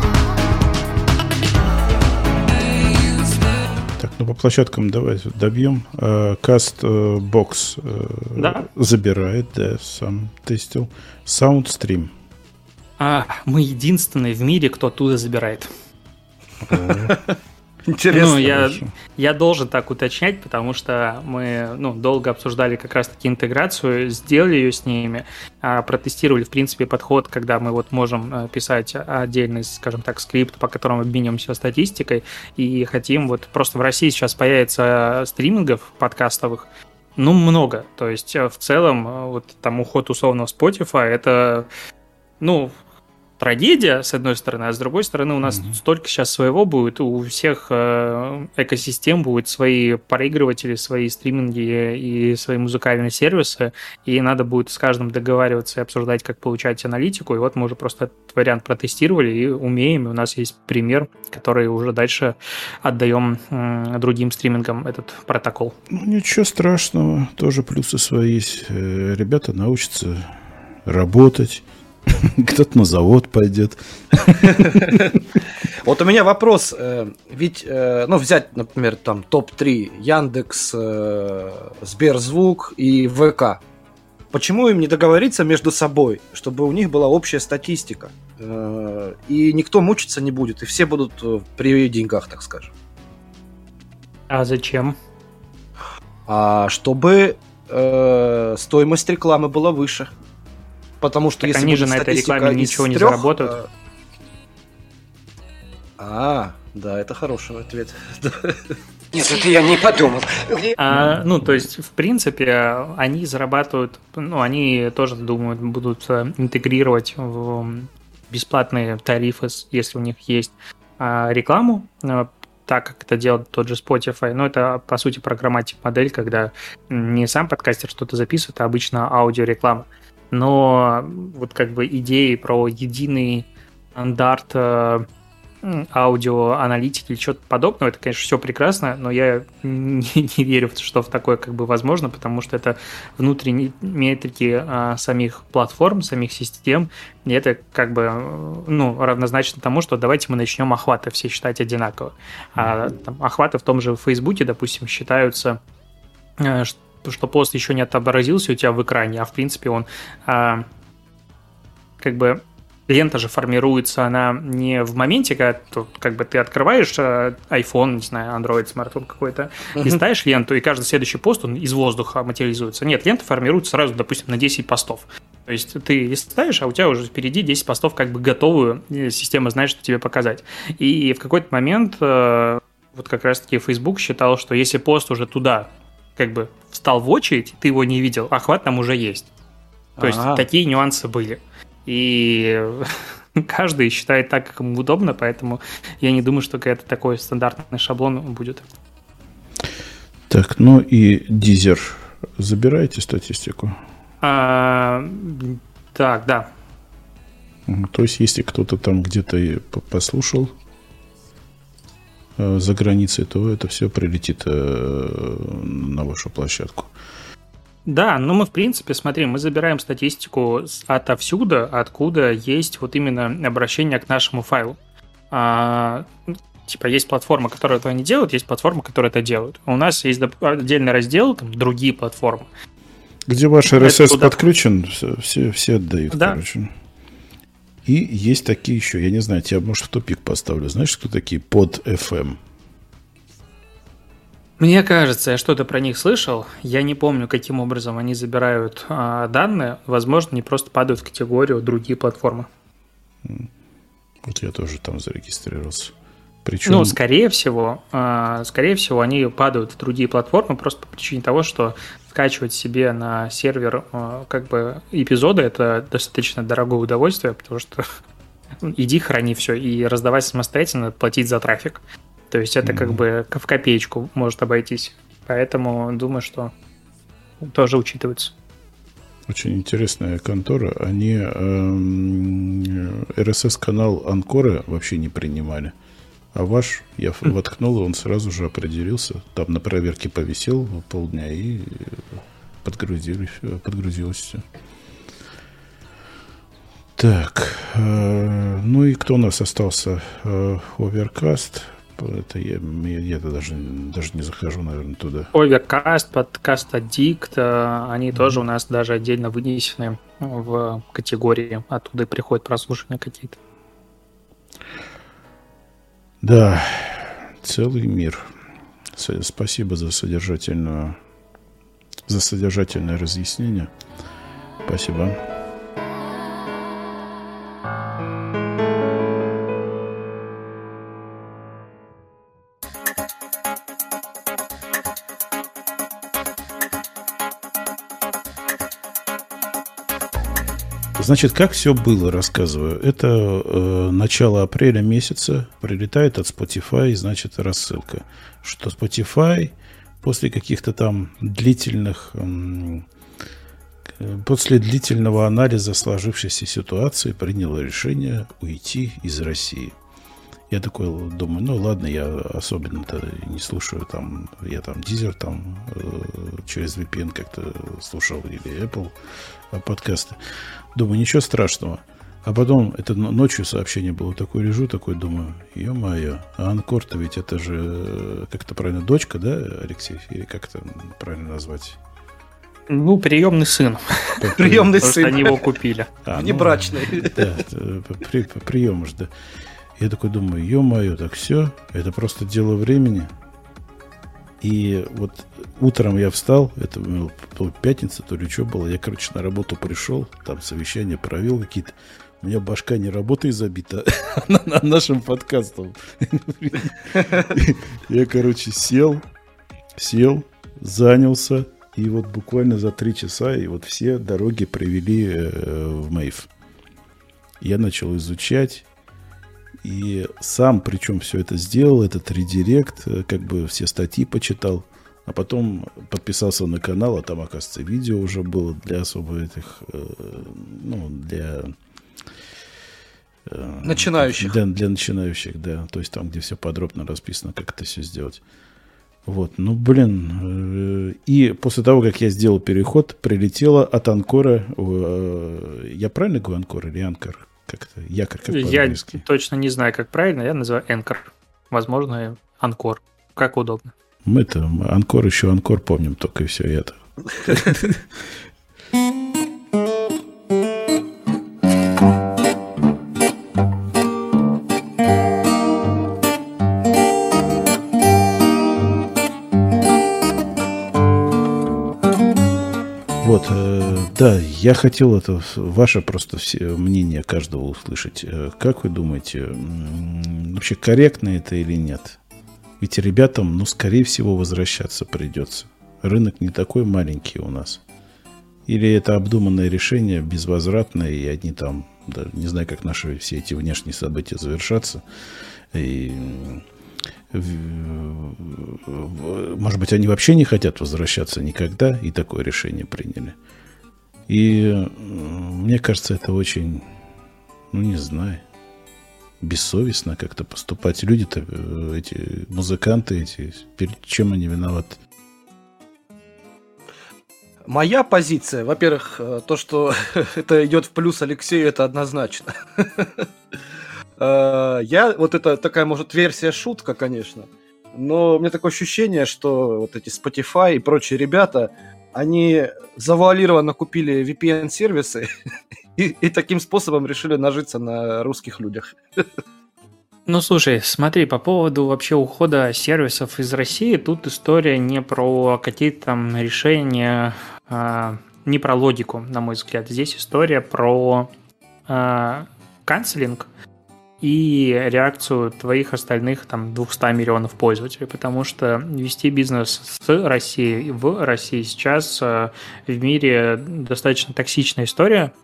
Так, ну по площадкам давай добьем. Castbox да? забирает, да, сам тестил. Soundstream. А, мы единственные в мире, кто оттуда забирает. Интересно. Ну, я, я должен так уточнять, потому что мы ну, долго обсуждали как раз-таки интеграцию, сделали ее с ними, протестировали, в принципе, подход, когда мы вот можем писать отдельный, скажем так, скрипт, по которому обмениваемся статистикой, и хотим, вот просто в России сейчас появится стримингов подкастовых, ну, много. То есть, в целом, вот там уход условного Spotify, это, ну, трагедия, с одной стороны, а с другой стороны у нас mm-hmm. столько сейчас своего будет, у всех э, экосистем будет свои проигрыватели, свои стриминги и свои музыкальные сервисы, и надо будет с каждым договариваться и обсуждать, как получать аналитику, и вот мы уже просто этот вариант протестировали и умеем, и у нас есть пример, который уже дальше отдаем э, другим стримингам этот протокол. Ну, ничего страшного, тоже плюсы свои есть. Ребята научатся работать. Кто-то на завод пойдет. Вот у меня вопрос. Ведь, ну, взять, например, там топ три Яндекс, Сберзвук и ВК. Почему им не договориться между собой, чтобы у них была общая статистика? И никто мучиться не будет, и все будут при деньгах, так скажем. А зачем? А чтобы э, стоимость рекламы была выше. Потому что так если они же на этой рекламе ничего не трех, заработают. А, да, это хороший ответ. Нет, это я не подумал. А, ну, то есть, в принципе, они зарабатывают, ну, они тоже, думают, будут интегрировать в бесплатные тарифы, если у них есть рекламу, так как это делает тот же Spotify. Но это, по сути, программатик модель, когда не сам подкастер что-то записывает, а обычно аудиореклама. Но вот как бы идеи про единый стандарт аудиоаналитики или что-то подобного, это, конечно, все прекрасно, но я не, не верю, что в такое как бы возможно, потому что это внутренние метрики а, самих платформ, самих систем, и это как бы ну, равнозначно тому, что давайте мы начнем охваты все считать одинаково. А, там, охваты в том же Фейсбуке, допустим, считаются, а, что, что пост еще не отобразился у тебя в экране, а в принципе он а, как бы лента же формируется, она не в моменте, когда тут, как бы ты открываешь iPhone, не знаю, Android, смартфон какой-то, uh-huh. листаешь ленту, и каждый следующий пост, он из воздуха материализуется. Нет, лента формируется сразу, допустим, на десять постов. То есть ты листаешь, а у тебя уже впереди десять постов как бы готовую, система знает, что тебе показать. И в какой-то момент вот как раз-таки Facebook считал, что если пост уже туда как бы встал в очередь, ты его не видел, охват там уже есть. То есть А-а-а. такие нюансы были. И каждый считает так, как ему удобно, поэтому я не думаю, что это такой стандартный шаблон будет. Так, ну и Deezer. Забираете статистику? А, так, да. То есть, если кто-то там где-то послушал за границей, то это все прилетит на вашу площадку. Да, ну мы, в принципе, смотри, мы забираем статистику отовсюду, откуда есть вот именно обращение к нашему файлу. А, типа, есть платформа, которая этого не делает, есть платформа, которая это делает. У нас есть отдельный раздел, там, другие платформы. Где ваш эр эс эс туда... подключен, все, все отдают, да. короче. И есть такие еще, я не знаю, тебя, может, в тупик поставлю. Знаешь, кто такие под эф эм? Мне кажется, я что-то про них слышал. Я не помню, каким образом они забирают а, данные. Возможно, они просто падают в категорию другие платформы. Вот я тоже там зарегистрировался. Причем... Ну, скорее всего, а, скорее всего, они падают в другие платформы просто по причине того, что скачивать себе на сервер а, как бы эпизоды – это достаточно дорогое удовольствие, потому что иди храни все и раздавать самостоятельно, платить за трафик. То есть это как бы в копеечку может обойтись. Поэтому думаю, что тоже учитывается. Очень интересная контора. Они э, эр эс эс-канал Анкора вообще не принимали. А ваш я mm. воткнул, и он сразу же определился. Там на проверке повисел полдня и подгрузилось, подгрузилось все. Так. Э, ну и кто у нас остался? Э, Overcast. Это я, я, я даже, даже не захожу, наверное, туда. Overcast, Podcast Addict, они mm-hmm. тоже у нас даже отдельно вынесены в категории. Оттуда приходят прослушивания какие-то. Да, целый мир. Спасибо за содержательную, за содержательное разъяснение. Спасибо. Значит, как все было, рассказываю. Это э, начало апреля месяца, прилетает от Spotify, значит, рассылка. Что Spotify после каких-то там длительных, э, после длительного анализа сложившейся ситуации принял решение уйти из России. Я такой думаю, ну ладно, я особенно-то не слушаю там, я там Deezer там э, через ви пи эн как-то слушал или Apple подкасты. Думаю, ничего страшного. А потом, это ночью сообщение было, такое лежу, такой думаю, ё-моё, а Анкор-то ведь это же, как это правильно, дочка, да, Алексей? Или как это правильно назвать? Ну, приемный сын. Приемный сын. Они его купили. Внебрачный. Да, приемыш, да. Я такой думаю, ё-моё, так все, это просто дело времени. И вот утром я встал, это то пятница, то ли что было, я, короче, на работу пришел, там совещание провел какие-то. У меня башка не работой забита нашим подкастом. Я, короче, сел, сел, занялся, и вот буквально за три часа и вот все дороги привели в Мэйв. Я начал изучать, и сам, причем, все это сделал, этот редирект, как бы все статьи почитал, а потом подписался на канал, а там, оказывается, видео уже было для особо этих, ну, для... Начинающих. Для, для начинающих, да. То есть там, где все подробно расписано, как это все сделать. Вот, ну, блин. И после того, как я сделал переход, прилетело от Анкора... Я правильно говорю Анкор или Анкор? Как это? Якорь, как по-английски? Я точно не знаю, как правильно. Я называю Энкор. Возможно, Анкор. Как удобно. Мы-то Анкор еще Анкор помним, только и все это. Вот, э, да, я хотел это, ваше просто все, мнение каждого услышать. Как вы думаете, вообще корректно это или нет? Ведь ребятам, ну, скорее всего, возвращаться придется. Рынок не такой маленький у нас. Или это обдуманное решение, безвозвратное, и одни там, да, не знаю, как наши все эти внешние события завершатся. И... Может быть, они вообще не хотят возвращаться никогда, и такое решение приняли. И мне кажется, это очень, ну, не знаю, бессовестно как-то поступать. Люди-то, эти музыканты, эти, перед чем они виноваты? Моя позиция, во-первых, то, что это идет в плюс Алексею, это однозначно. Я, вот это такая, может, версия шутка, конечно, но у меня такое ощущение, что вот эти Spotify и прочие ребята, они завуалированно купили ви пи эн-сервисы и, и таким способом решили нажиться на русских людях. Ну, слушай, смотри, по поводу вообще ухода сервисов из России, тут история не про какие-то там решения, а, не про логику, на мой взгляд. Здесь история про а, канцелинг и реакцию твоих остальных там двухсот миллионов пользователей, потому что вести бизнес с Россией в России сейчас в мире достаточно токсичная история,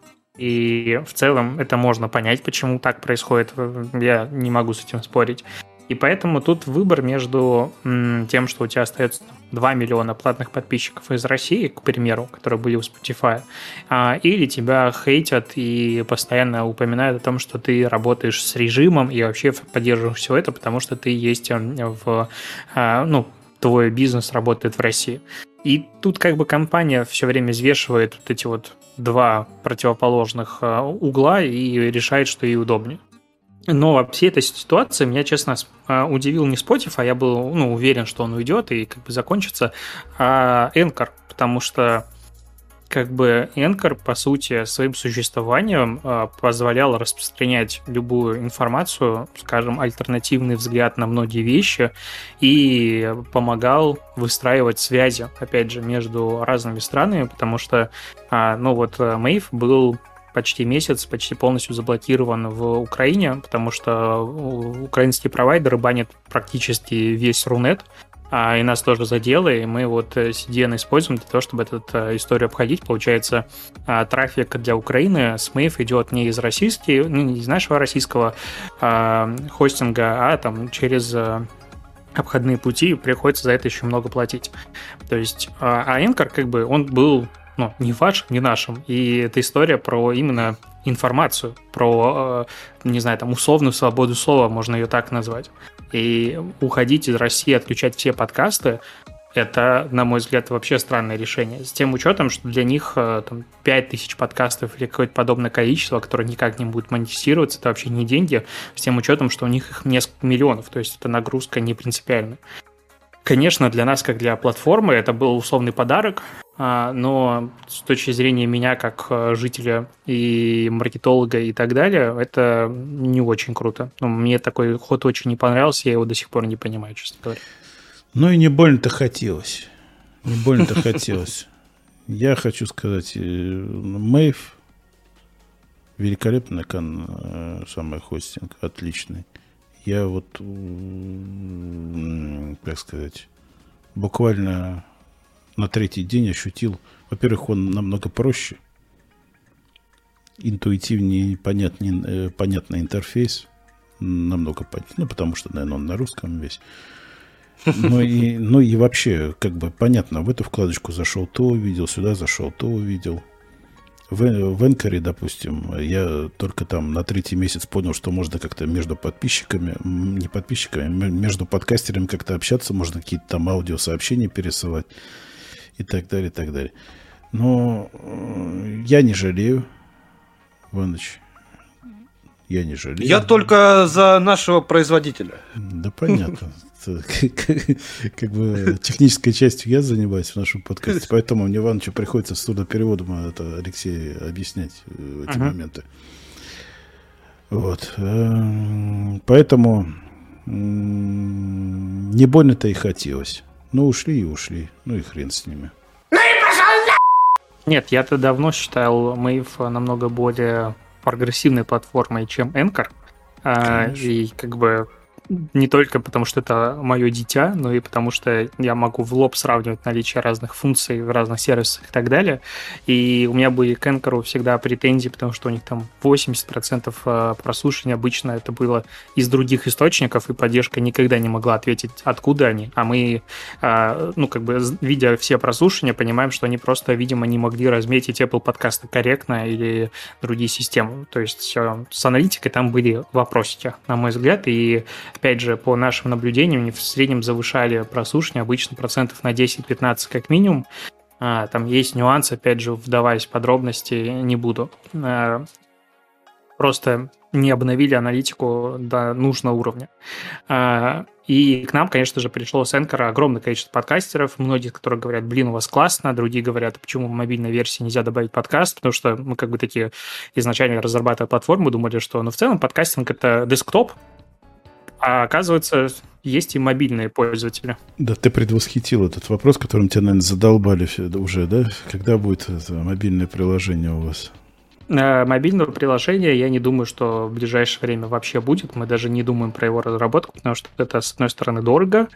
и в целом это можно понять, почему так происходит, я не могу с этим спорить. И поэтому тут выбор между м, тем, что у тебя остается два миллиона платных подписчиков из России, к примеру, которые были у Spotify, а, или тебя хейтят и постоянно упоминают о том, что ты работаешь с режимом и вообще поддерживаешь все это, потому что ты есть в... А, ну, твой бизнес работает в России. И тут как бы компания все время взвешивает вот эти вот два противоположных угла и решает, что ей удобнее. Но во всей этой ситуации меня, честно, удивил не Spotify, я был, ну, уверен, что он уйдет и как бы закончится, а Anchor, потому что как бы Anchor, по сути, своим существованием позволял распространять любую информацию, скажем, альтернативный взгляд на многие вещи и помогал выстраивать связи, опять же, между разными странами, потому что, ну вот, Мэйв был почти месяц, почти полностью заблокирован в Украине, потому что украинские провайдеры банят практически весь Рунет, а и нас тоже задело, и мы вот си ди эн используем для того, чтобы эту историю обходить. Получается, трафик для Украины с Мэйв идет не из российского, ну, не из нашего российского а, хостинга, а там через обходные пути, приходится за это еще много платить. То есть, а Anchor, как бы, он был, ну, не вашим, не нашим, и это история про именно информацию, про, не знаю, там, условную свободу слова, можно ее так назвать. И уходить из России, отключать все подкасты, это, на мой взгляд, вообще странное решение. С тем учетом, что для них там, пять тысяч подкастов или какое-то подобное количество, которое никак не будет монетизироваться, это вообще не деньги, с тем учетом, что у них их несколько миллионов, то есть это нагрузка не принципиальная. Конечно, для нас, как для платформы, это был условный подарок, но с точки зрения меня, как жителя и маркетолога и так далее, это не очень круто. Ну, мне такой ход очень не понравился, я его до сих пор не понимаю, честно говоря. Ну и не больно-то хотелось. Не больно-то хотелось. Я хочу сказать, Мэйв, великолепный кон, самый хостинг, отличный. Я вот, как сказать, буквально на третий день ощутил, во-первых, он намного проще, интуитивнее, понятнее, понятный интерфейс, намного понятнее, ну, потому что, наверное, он на русском весь. Ну и, ну и вообще, как бы понятно, в эту вкладочку зашел, то увидел, сюда зашел, то увидел. В, в Энкоре, допустим, я только там на третий месяц понял, что можно как-то между подписчиками, не подписчиками, между подкастерами как-то общаться, можно какие-то там аудиосообщения пересылать и так далее, и так далее. Но я не жалею, Иваныч, я не жалею. Я только за нашего производителя. Да понятно. Как бы технической частью я занимаюсь в нашем подкасте, поэтому мне Ивановичу приходится с трудопереводом это Алексею объяснять эти uh-huh. моменты. Вот. Поэтому не больно-то и хотелось. Ну, ушли и ушли. Ну и хрен с ними. Нет, я-то давно считал Мэйв намного более прогрессивной платформой, чем Anchor. А, и как бы не только потому, что это мое дитя, но и потому, что я могу в лоб сравнивать наличие разных функций в разных сервисах и так далее. И у меня были к Anchor всегда претензии, потому что у них там восемьдесят процентов прослушивания обычно это было из других источников, и поддержка никогда не могла ответить, откуда они. А мы, ну, как бы, видя все прослушивания, понимаем, что они просто, видимо, не могли разметить Apple подкасты корректно или другие системы. То есть с аналитикой там были вопросики, на мой взгляд, и опять же, по нашим наблюдениям, они в среднем завышали прослушивание обычно процентов на десять-пятнадцать как минимум. А, там есть нюансы, опять же, вдаваясь в подробности, не буду. А, просто не обновили аналитику до нужного уровня. А, и к нам, конечно же, пришло с Anchor огромное количество подкастеров, многие, которые говорят, блин, у вас классно, другие говорят, почему в мобильной версии нельзя добавить подкаст, потому что мы как бы такие изначально разрабатывая платформу, думали, что ну в целом подкастинг — это десктоп, а оказывается, есть и мобильные пользователи. Да, ты предвосхитил этот вопрос, которым тебя, наверное, задолбали уже, да? Когда будет это мобильное приложение у вас? Мобильного приложения я не думаю, что в ближайшее время вообще будет. Мы даже не думаем про его разработку, потому что это, с одной стороны, дорого,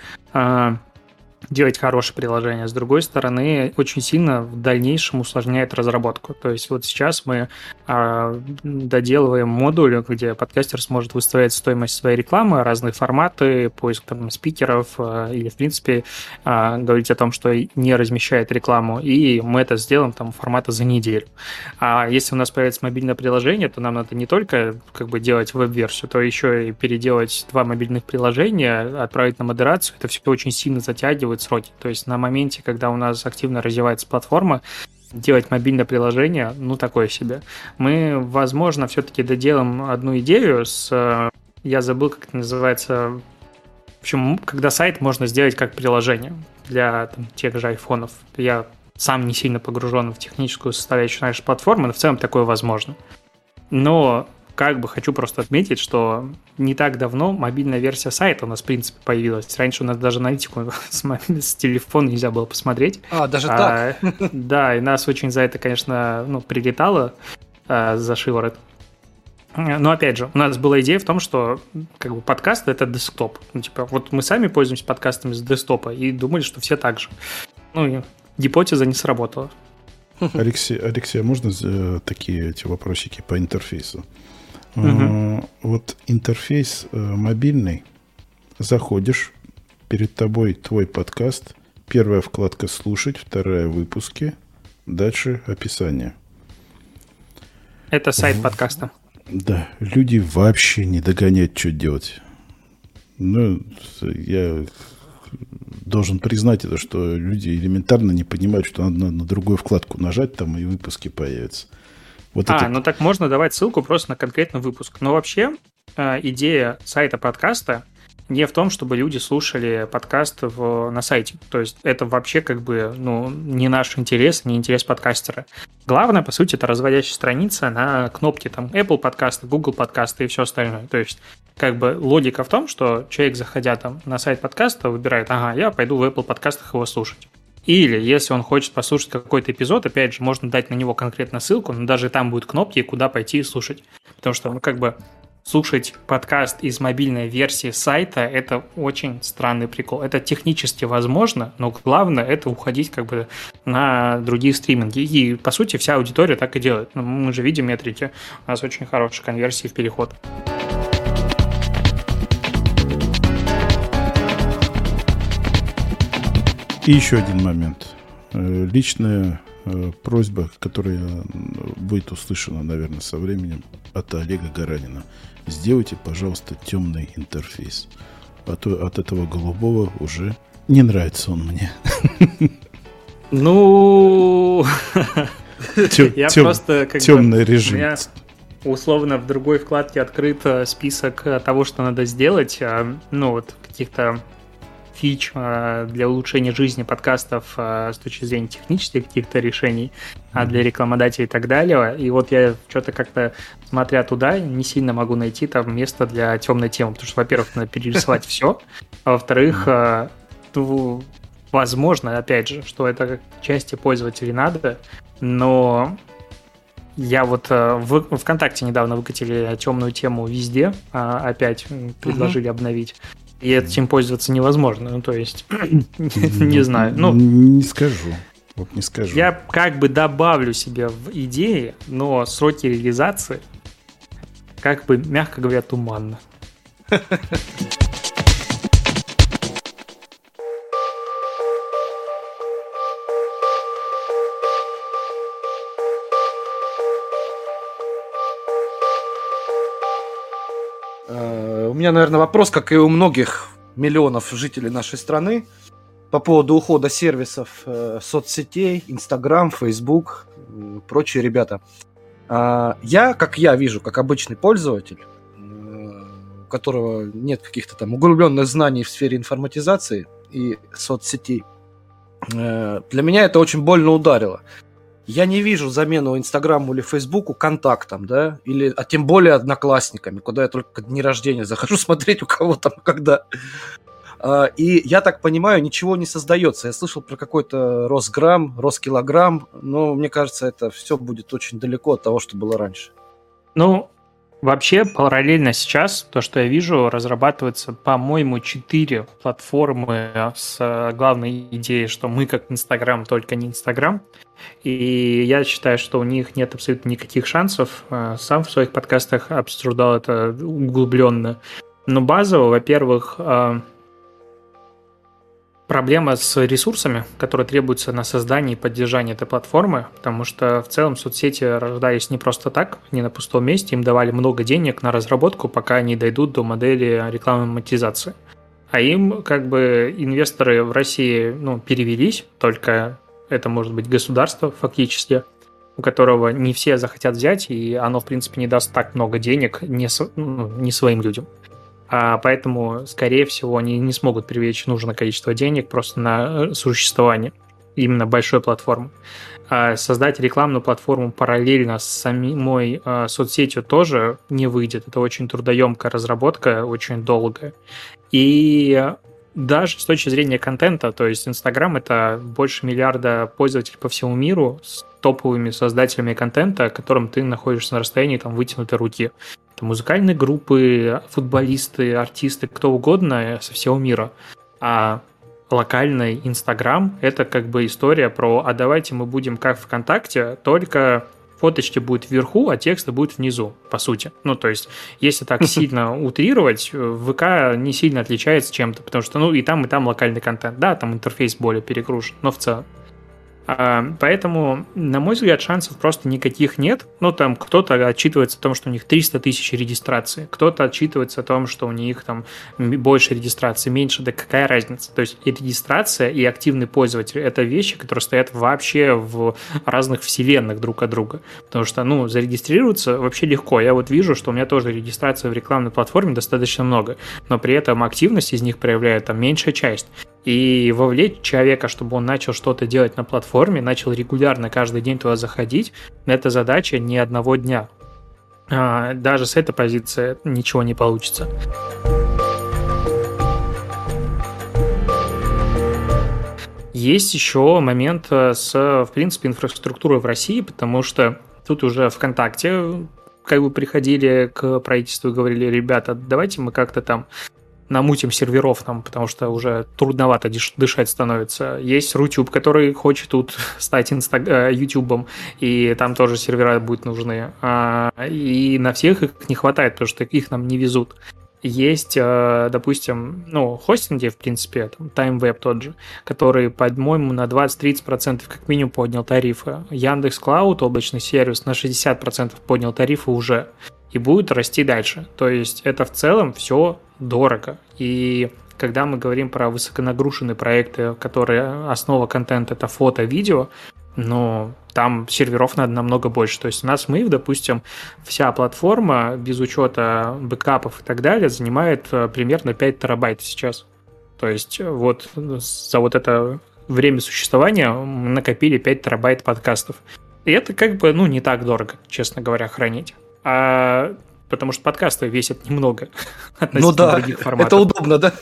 делать хорошее приложение, с другой стороны, очень сильно в дальнейшем усложняет разработку. То есть вот сейчас мы а, доделываем модуль, где подкастер сможет выставлять стоимость своей рекламы, разные форматы, поиск там спикеров а, или, в принципе, а, говорить о том, что не размещает рекламу, и мы это сделаем там формата за неделю. А если у нас появится мобильное приложение, то нам надо не только как бы делать веб-версию, то еще и переделать два мобильных приложения, отправить на модерацию. Это все очень сильно затягивает сроки. То есть на моменте, когда у нас активно развивается платформа, делать мобильное приложение, ну, такое себе. Мы, возможно, все-таки доделаем одну идею с... Я забыл, как это называется. В общем, когда сайт можно сделать как приложение для там, тех же айфонов. Я сам не сильно погружен в техническую составляющую нашей платформы, но в целом такое возможно. Но как бы хочу просто отметить, что не так давно мобильная версия сайта у нас, в принципе, появилась. Раньше у нас даже аналитику с, с телефона нельзя было посмотреть. А, даже а, так? Да, и нас очень за это, конечно, ну, прилетало а, за шиворот. Но, опять же, у нас была идея в том, что как бы подкаст — это десктоп. Ну, типа, вот мы сами пользуемся подкастами с десктопа и думали, что все так же. Ну, и гипотеза не сработала. Алексей, Алексей, а можно э, такие эти вопросики по интерфейсу? Uh-huh. Вот интерфейс э, мобильный, заходишь, перед тобой твой подкаст, первая вкладка «Слушать», вторая «Выпуски», дальше описание. Это сайт подкаста. Да, люди вообще не догоняют, что делать. Ну, я должен признать это, что люди элементарно не понимают, что надо на другую вкладку нажать, там и выпуски появятся. Вот а, это... ну так можно давать ссылку просто на конкретный выпуск. Но вообще э, идея сайта подкаста не в том, чтобы люди слушали подкаст в, на сайте. То есть это вообще как бы ну, не наш интерес, не интерес подкастера. Главное, по сути, это разводящая страница на кнопке там Apple подкасты, Google подкасты и все остальное. То есть как бы логика в том, что человек, заходя там на сайт подкаста, выбирает, ага, я пойду в Apple подкастах его слушать. Или, если он хочет послушать какой-то эпизод, опять же, можно дать на него конкретно ссылку, но даже там будут кнопки, куда пойти и слушать. Потому что, ну, как бы, слушать подкаст из мобильной версии сайта – это очень странный прикол. Это технически возможно, но главное – это уходить как бы на другие стриминги. И, по сути, вся аудитория так и делает. Ну, мы же видим метрики, у нас очень хорошие конверсии в переход. И еще один момент. Личная просьба, которая будет услышана, наверное, со временем от Олега Гаранина. Сделайте, пожалуйста, темный интерфейс. А то от этого голубого уже не нравится он мне. Ну, я просто... Темный режим. Условно в другой вкладке открыт список того, что надо сделать. Ну, вот каких-то фич для улучшения жизни подкастов с точки зрения технических каких-то решений, а для рекламодателей и так далее. И вот я что-то как-то, смотря туда, не сильно могу найти там место для темной темы, потому что, во-первых, надо перерисовать все, а во-вторых, ну, возможно, опять же, что это части пользователей надо, но я вот в ВКонтакте недавно выкатили темную тему везде, опять предложили обновить. И этим пользоваться невозможно. Ну, то есть, не знаю. Ну, не скажу. Вот не скажу. Я как бы добавлю себе в идеи, но сроки реализации, как бы, мягко говоря, туманно. У меня, наверное, вопрос, как и у многих миллионов жителей нашей страны, по поводу ухода сервисов э, соцсетей, Инстаграм, Фейсбук, э, прочие ребята. А, я, как я вижу, как обычный пользователь, э, у которого нет каких-то там углубленных знаний в сфере информатизации и соцсетей, э, для меня это очень больно ударило. Я не вижу замену Инстаграму или Фейсбуку контактом, да, или, а тем более Одноклассниками, куда я только дни рождения захожу смотреть, у кого там, когда. А, и я так понимаю, ничего не создается. Я слышал про какой-то Росграмм, Роскилограмм, но мне кажется, это все будет очень далеко от того, что было раньше. Ну, вообще, параллельно сейчас, то, что я вижу, разрабатывается, по-моему, четыре платформы с главной идеей, что мы как Инстаграм, только не Инстаграм. И я считаю, что у них нет абсолютно никаких шансов. Сам в своих подкастах обсуждал это углубленно. Но базово, во-первых, проблема с ресурсами, которые требуются на создание и поддержание этой платформы, потому что в целом соцсети рождались не просто так, не на пустом месте, им давали много денег на разработку, пока они дойдут до модели рекламной монетизации. А им как бы инвесторы в России, ну, перевелись, только это может быть государство фактически, у которого не все захотят взять, и оно, в принципе, не даст так много денег не, ну, не своим людям. А поэтому, скорее всего, они не смогут привлечь нужное количество денег просто на существование именно большой платформы. А создать рекламную платформу параллельно с самой а, соцсетью тоже не выйдет. Это очень трудоемкая разработка, очень долгая. И даже с точки зрения контента, то есть Инстаграм — это больше миллиарда пользователей по всему миру с топовыми создателями контента, которым ты находишься на расстоянии там вытянутой руки. Это музыкальные группы, футболисты, артисты, кто угодно со всего мира. А локальный Инстаграм — это как бы история про «а давайте мы будем как ВКонтакте, только фоточки будут вверху, а тексты будут внизу», по сути. Ну, то есть, если так сильно утрировать, ВК не сильно отличается чем-то, потому что, ну, и там, и там локальный контент. Да, там интерфейс более перегружен, но в целом. Поэтому, на мой взгляд, шансов просто никаких нет. Ну, там кто-то отчитывается о том, что у них триста тысяч регистраций, кто-то отчитывается о том, что у них там больше регистрации, меньше, да какая разница. То есть и регистрация, и активный пользователь — это вещи, которые стоят вообще в разных вселенных друг от друга. Потому что, ну, зарегистрироваться вообще легко. Я вот вижу, что у меня тоже регистрация в рекламной платформе достаточно много, но при этом активность из них проявляет там меньшая часть. И вовлечь человека, чтобы он начал что-то делать на платформе, начал регулярно каждый день туда заходить, это задача не одного дня. Даже с этой позиции ничего не получится. Есть еще момент с, в принципе, инфраструктурой в России, потому что тут уже ВКонтакте как бы приходили к правительству и говорили: ребята, давайте мы как-то там намутим серверов нам, потому что уже трудновато дышать становится. Есть Рутюб, который хочет тут стать инста... Ютубом, и там тоже сервера будут нужны. И на всех их не хватает, потому что их нам не везут. Есть, допустим, ну, хостинги, в принципе, там, TimeWeb тот же, который, по-моему, на двадцать-тридцать процентов как минимум поднял тарифы. Яндекс.Клауд, облачный сервис, на шестьдесят процентов поднял тарифы уже и будет расти дальше. То есть это в целом все дорого. И когда мы говорим про высоконагруженные проекты, которые основа контента — это фото, видео, но там серверов надо намного больше. То есть у нас Мэйв, допустим, вся платформа без учета бэкапов и так далее занимает примерно пять терабайт сейчас. То есть вот за вот это время существования мы накопили пять терабайт подкастов. И это как бы, ну, не так дорого, честно говоря, хранить. А потому что подкасты весят немного относительно ну да, других форматов. Это удобно, да?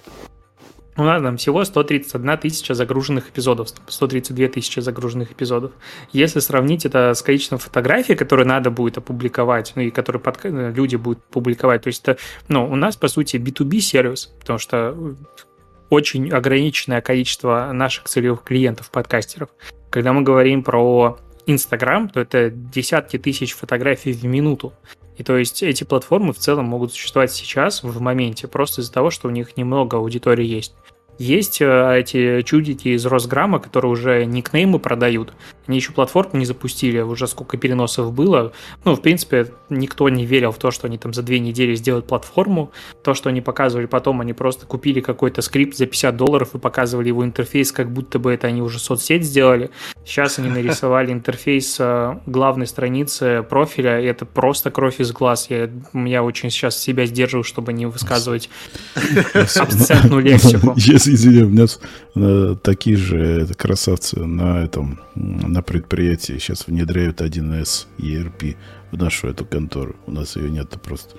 У нас там всего сто тридцать одна тысяча загруженных эпизодов, сто тридцать две тысячи загруженных эпизодов. Если сравнить это с количеством фотографий, которые надо будет опубликовать, ну и которые под... люди будут публиковать, то есть это, ну, у нас, по сути, би ту би сервис, потому что очень ограниченное количество наших целевых клиентов, подкастеров. Когда мы говорим про Инстаграм, то это десятки тысяч фотографий в минуту. И то есть эти платформы в целом могут существовать сейчас, в моменте, просто из-за того, что у них немного аудитории есть. Есть эти чудики из Росграма, которые уже никнеймы продают. Они еще платформу не запустили, уже сколько переносов было. Ну, в принципе, никто не верил в то, что они там за две недели сделают платформу. То, что они показывали потом, они просто купили какой-то скрипт за пятьдесят долларов и показывали его интерфейс, как будто бы это они уже соцсеть сделали. Сейчас они нарисовали интерфейс главной страницы профиля, и это просто кровь из глаз. Я, я очень сейчас себя сдерживаю, чтобы не высказывать абсцентную лексику. Извини, у меня э, такие же красавцы на этом, на предприятии сейчас внедряют один эс и эр пи в нашу эту контору. У нас ее нет просто.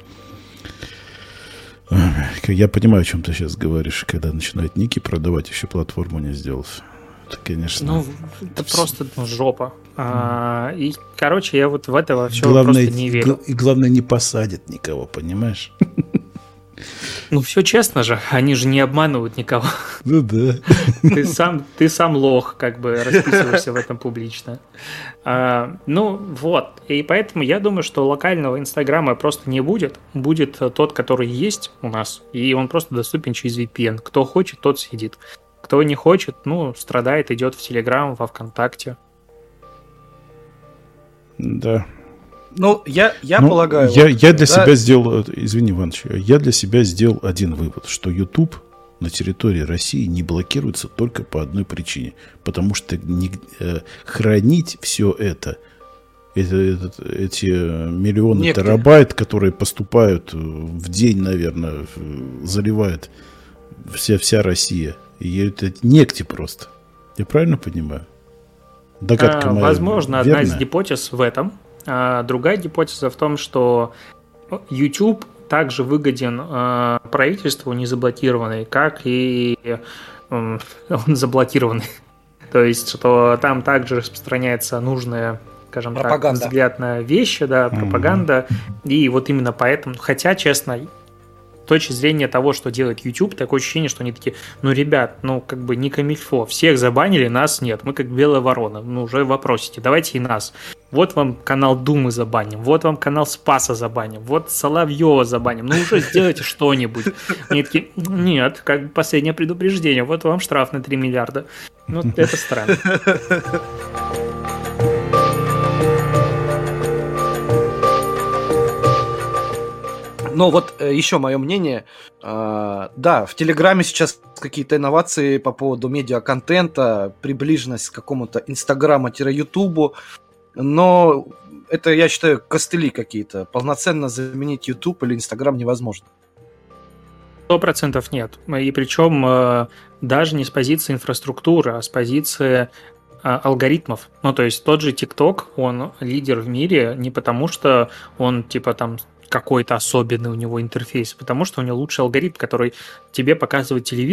Я понимаю, о чем ты сейчас говоришь, когда начинают ники продавать, еще платформу не сделал. Это, конечно... Ну, это просто ну, жопа. А, и, короче, я вот в это во все главное, просто не верю. И главное, не посадят никого, понимаешь? Ну, все честно же, они же не обманывают никого. Ну да. Ты сам, ты сам лох, как бы расписываешься в этом публично. А, ну, вот. И поэтому я думаю, что локального Инстаграма просто не будет. Будет тот, который есть у нас, и он просто доступен через ви пи эн. Кто хочет, тот сидит. Кто не хочет, ну, страдает, идет в Телеграм, во ВКонтакте. Да. Ну, я, я ну, полагаю... Я, вот, я для да? себя сделал... Извини, Иваныч, я для себя сделал один вывод, что YouTube на территории России не блокируется только по одной причине. Потому что не, э, хранить все это, это, это, эти миллионы Некто. терабайт, которые поступают в день, наверное, заливает вся, вся Россия. И это негде просто. Я правильно понимаю? Догадка а, моя возможно, верная? Одна из гипотез в этом. А другая гипотеза в том, что YouTube также выгоден э, правительству незаблокированный, как и э, он заблокированный. То есть, что там также распространяется нужная, скажем пропаганда. так, взгляд на вещи, да, пропаганда. Mm-hmm. И вот именно поэтому, хотя, честно, с точки зрения того, что делает YouTube, такое ощущение, что они такие, ну, ребят, ну, как бы не камильфо, всех забанили, нас нет, мы как белая ворона, ну, уже вопросите, давайте и нас. Вот вам канал Думы забаним, вот вам канал Спаса забаним, вот Соловьева забаним, ну, уже сделайте что-нибудь. Они такие, нет, как бы последнее предупреждение, вот вам штраф на три миллиарда. Ну, это странно. Но вот э, еще мое мнение. Э, да, в Телеграме сейчас какие-то инновации по поводу медиаконтента, приближенность к какому-то Инстаграма-Ютубу. Но это, я считаю, костыли какие-то. Полноценно заменить Ютуб или Инстаграм невозможно. Сто процентов нет. И причем э, даже не с позиции инфраструктуры, а с позиции э, алгоритмов. Ну, то есть тот же ТикТок, он лидер в мире не потому, что он типа там какой-то особенный у него интерфейс, потому что у него лучший алгоритм, который тебе показывает телевизоры,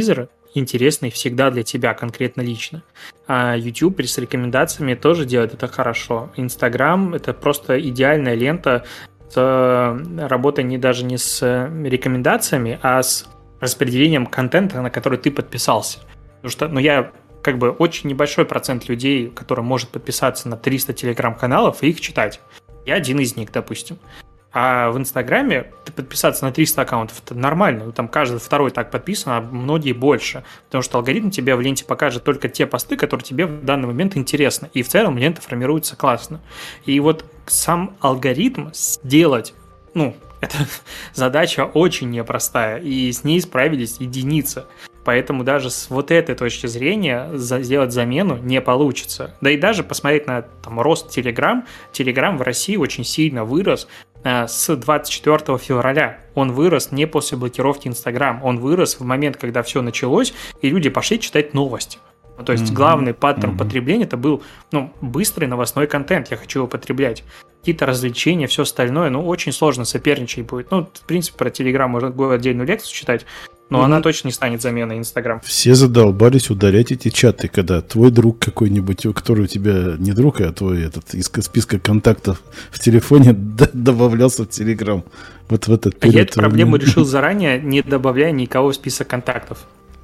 интересный всегда для тебя, конкретно лично. А YouTube с рекомендациями тоже делает это хорошо. Instagram — это просто идеальная лента с работой не даже не с рекомендациями, а с распределением контента, на который ты подписался. Потому что, ну, я как бы очень небольшой процент людей, который может подписаться на триста телеграм-каналов и их читать. Я один из них, допустим. А в Инстаграме ты подписаться на триста аккаунтов — это нормально. Там каждый второй так подписан, а многие больше. Потому что алгоритм тебе в ленте покажет только те посты, которые тебе в данный момент интересны. И в целом лента формируется классно. И вот сам алгоритм сделать, ну, это задача очень непростая. И с ней справились единицы. Поэтому даже с вот этой точки зрения сделать замену не получится. Да и даже посмотреть на там, рост Telegram. Telegram в России очень сильно вырос э, с двадцать четвёртого февраля. Он вырос не после блокировки Instagram. Он вырос в момент, когда все началось, и люди пошли читать новости. Ну, то есть mm-hmm. главный паттерн mm-hmm. потребления это был ну, быстрый новостной контент. Я хочу его потреблять. Какие-то развлечения, все остальное. Ну, очень сложно соперничать будет. Ну, в принципе, про Telegram можно отдельную лекцию читать. Но mm-hmm. она точно не станет заменой Инстаграм. Все задолбались ударять эти чаты, когда твой друг какой-нибудь, который у тебя не друг, а твой этот из списка контактов в телефоне д- добавлялся в Телеграм. Вот в этот период. Я эту проблему решил заранее, не добавляя никого в список контактов.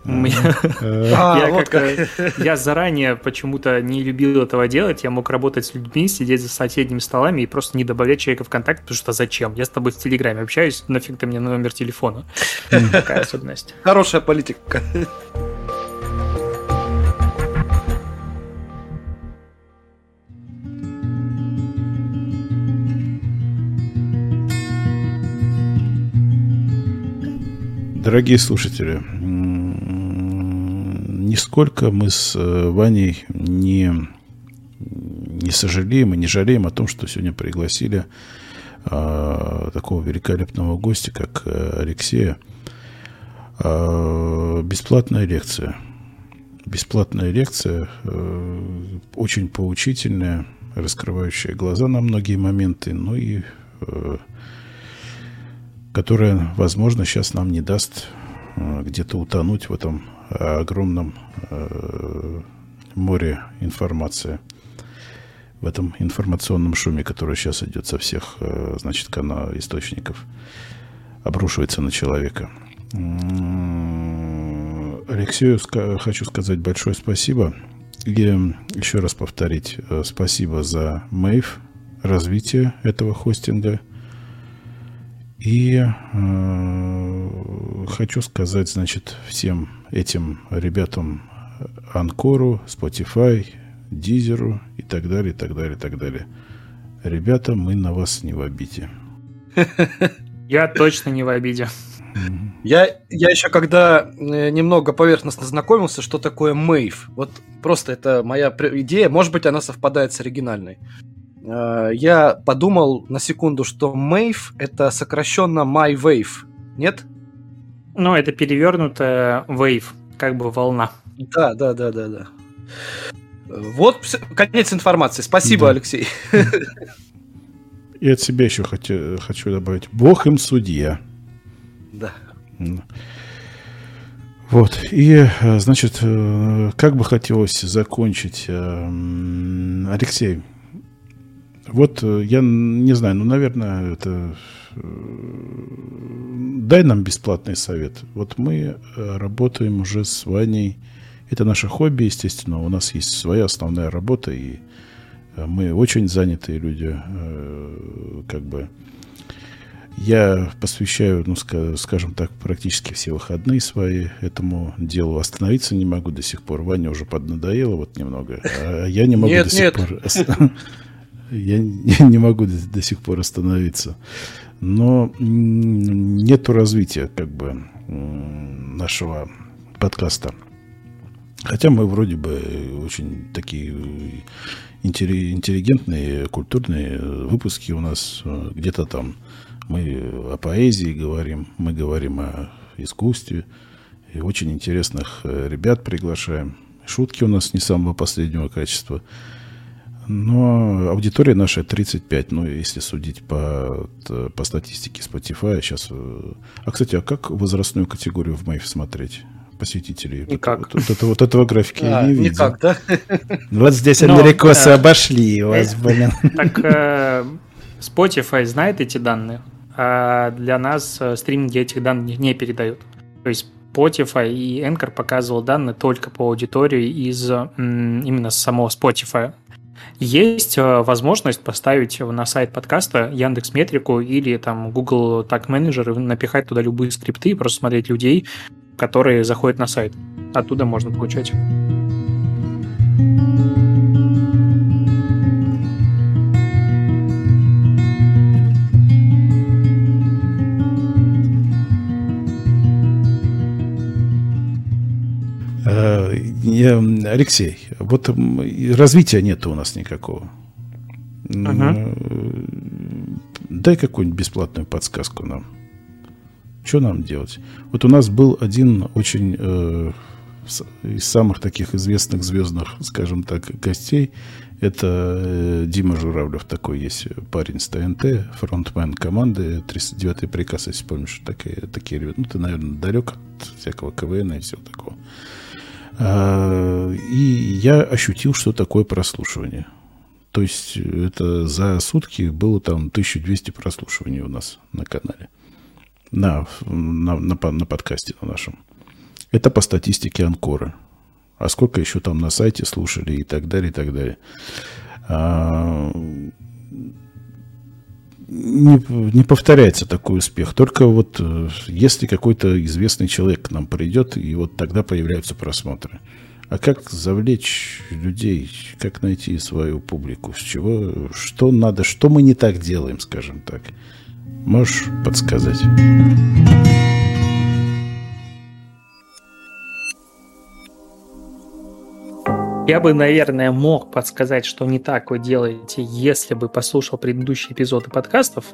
Я заранее почему-то не любил этого делать. Я мог работать с людьми, сидеть за соседними столами и просто не добавлять человека в контакт, потому что зачем? Я с тобой в Телеграме общаюсь, нафиг ты мне номер телефона. Такая особенность. Хорошая политика. Дорогие слушатели, нисколько мы с Ваней не, не сожалеем и не жалеем о том, что сегодня пригласили а, такого великолепного гостя, как Алексея. А, бесплатная лекция. Бесплатная лекция, а, очень поучительная, раскрывающая глаза на многие моменты, ну и а, которая, возможно, сейчас нам не даст а, где-то утонуть в этом огромном э, море информации, в этом информационном шуме, который сейчас идет со всех, э, значит, каналов, источников, обрушивается на человека. Алексею ска- хочу сказать большое спасибо и еще раз повторить э, спасибо за Мэйв, развитие этого хостинга. И э, хочу сказать, значит, всем этим ребятам Анкору, Spotify, Дизеру и так далее, и так далее, и так далее. Ребята, мы на вас не в обиде. Я точно не в обиде. Я, я еще когда немного поверхностно знакомился, что такое Мэйв. Вот просто это моя идея, может быть, она совпадает с оригинальной. Я подумал на секунду, что Мэйв это сокращенно My Wave, нет? Ну, это перевернутая Wave, как бы волна. Да, да, да, да, да. Вот конец информации. Спасибо, да. Алексей. И от себя еще хочу, хочу добавить. Бог им судья. Да. Вот. И, значит, как бы хотелось закончить. Алексей, вот я не знаю, ну, наверное, это... Дай нам бесплатный совет. Вот мы работаем уже с Ваней. Это наше хобби, естественно. У нас есть своя основная работа, и мы очень занятые люди. Как бы я посвящаю, ну, скажем так, практически все выходные свои этому делу. Остановиться не могу до сих пор. Ваня уже поднадоело вот немного. А я не могу нет, до сих нет. пор... Я не могу до сих пор остановиться. Но нету развития, как бы, нашего подкаста. Хотя мы вроде бы очень такие интеллигентные, культурные выпуски у нас. Где-то там мы о поэзии говорим, мы говорим о искусстве. И очень интересных ребят приглашаем. Шутки у нас не самого последнего качества. Но аудитория наша тридцать пять, ну, если судить по, по статистике Spotify сейчас. А, кстати, а как возрастную категорию в Мэйв смотреть? посетителей? Никак. Вот, вот, это, вот этого графики а, я не видел. Никак, да? Вот здесь америкосы Но, обошли э, вас, блин. Так э, Spotify знает эти данные, а для нас стриминги этих данных не передают. То есть Spotify и Anchor показывал данные только по аудитории из именно самого Spotify. Есть возможность поставить на сайт подкаста Яндекс.Метрику или там Google Tag Manager и напихать туда любые скрипты и просто смотреть людей, которые заходят на сайт. Оттуда можно получать. Я, Алексей, вот развития нет у нас никакого. Uh-huh. Дай какую-нибудь бесплатную подсказку нам. Что нам делать? Вот у нас был один очень э, из самых таких известных звездных, скажем так, гостей. Это э, Дима Журавлев, такой есть парень с ТНТ, фронтмен команды, тридцать девятый приказ, если помнишь, такие, такие ребята. Ну, ты, наверное, далек от всякого КВН и всего такого. И я ощутил, что такое прослушивание. То есть это за сутки было там тысяча двести прослушиваний у нас на канале. На, на, на, на подкасте на нашем. Это по статистике Анкора. А сколько еще там на сайте слушали и так далее, и так далее. А, не, не повторяется такой успех. Только вот если какой-то известный человек к нам придет, и вот тогда появляются просмотры. А как завлечь людей, как найти свою публику, с чего, что надо, что мы не так делаем, скажем так. Можешь подсказать? Я бы, наверное, мог подсказать, что не так вы делаете, если бы послушал предыдущие эпизоды подкастов.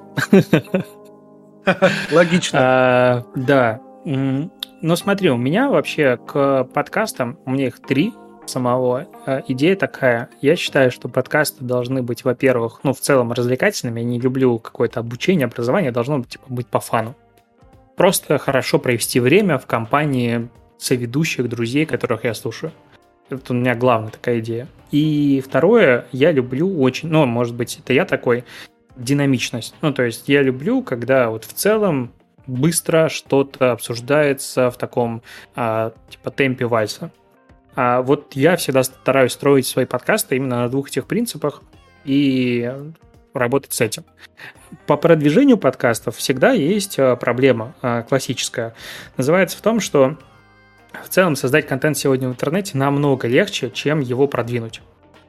Логично. А, да. Но смотри, у меня вообще к подкастам, у меня их три самого, идея такая. Я считаю, что подкасты должны быть, во-первых, ну, в целом развлекательными. Я не люблю какое-то обучение, образование, должно типа, быть по фану. Просто хорошо провести время в компании соведущих, друзей, которых я слушаю. Это у меня главная такая идея. И второе, я люблю очень, ну, может быть, это я такой, динамичность. Ну, то есть я люблю, когда вот в целом быстро что-то обсуждается в таком, а, типа, темпе вальса. А вот я всегда стараюсь строить свои подкасты именно на двух этих принципах и работать с этим. По продвижению подкастов всегда есть проблема а, классическая. Называется в том, что в целом создать контент сегодня в интернете намного легче, чем его продвинуть.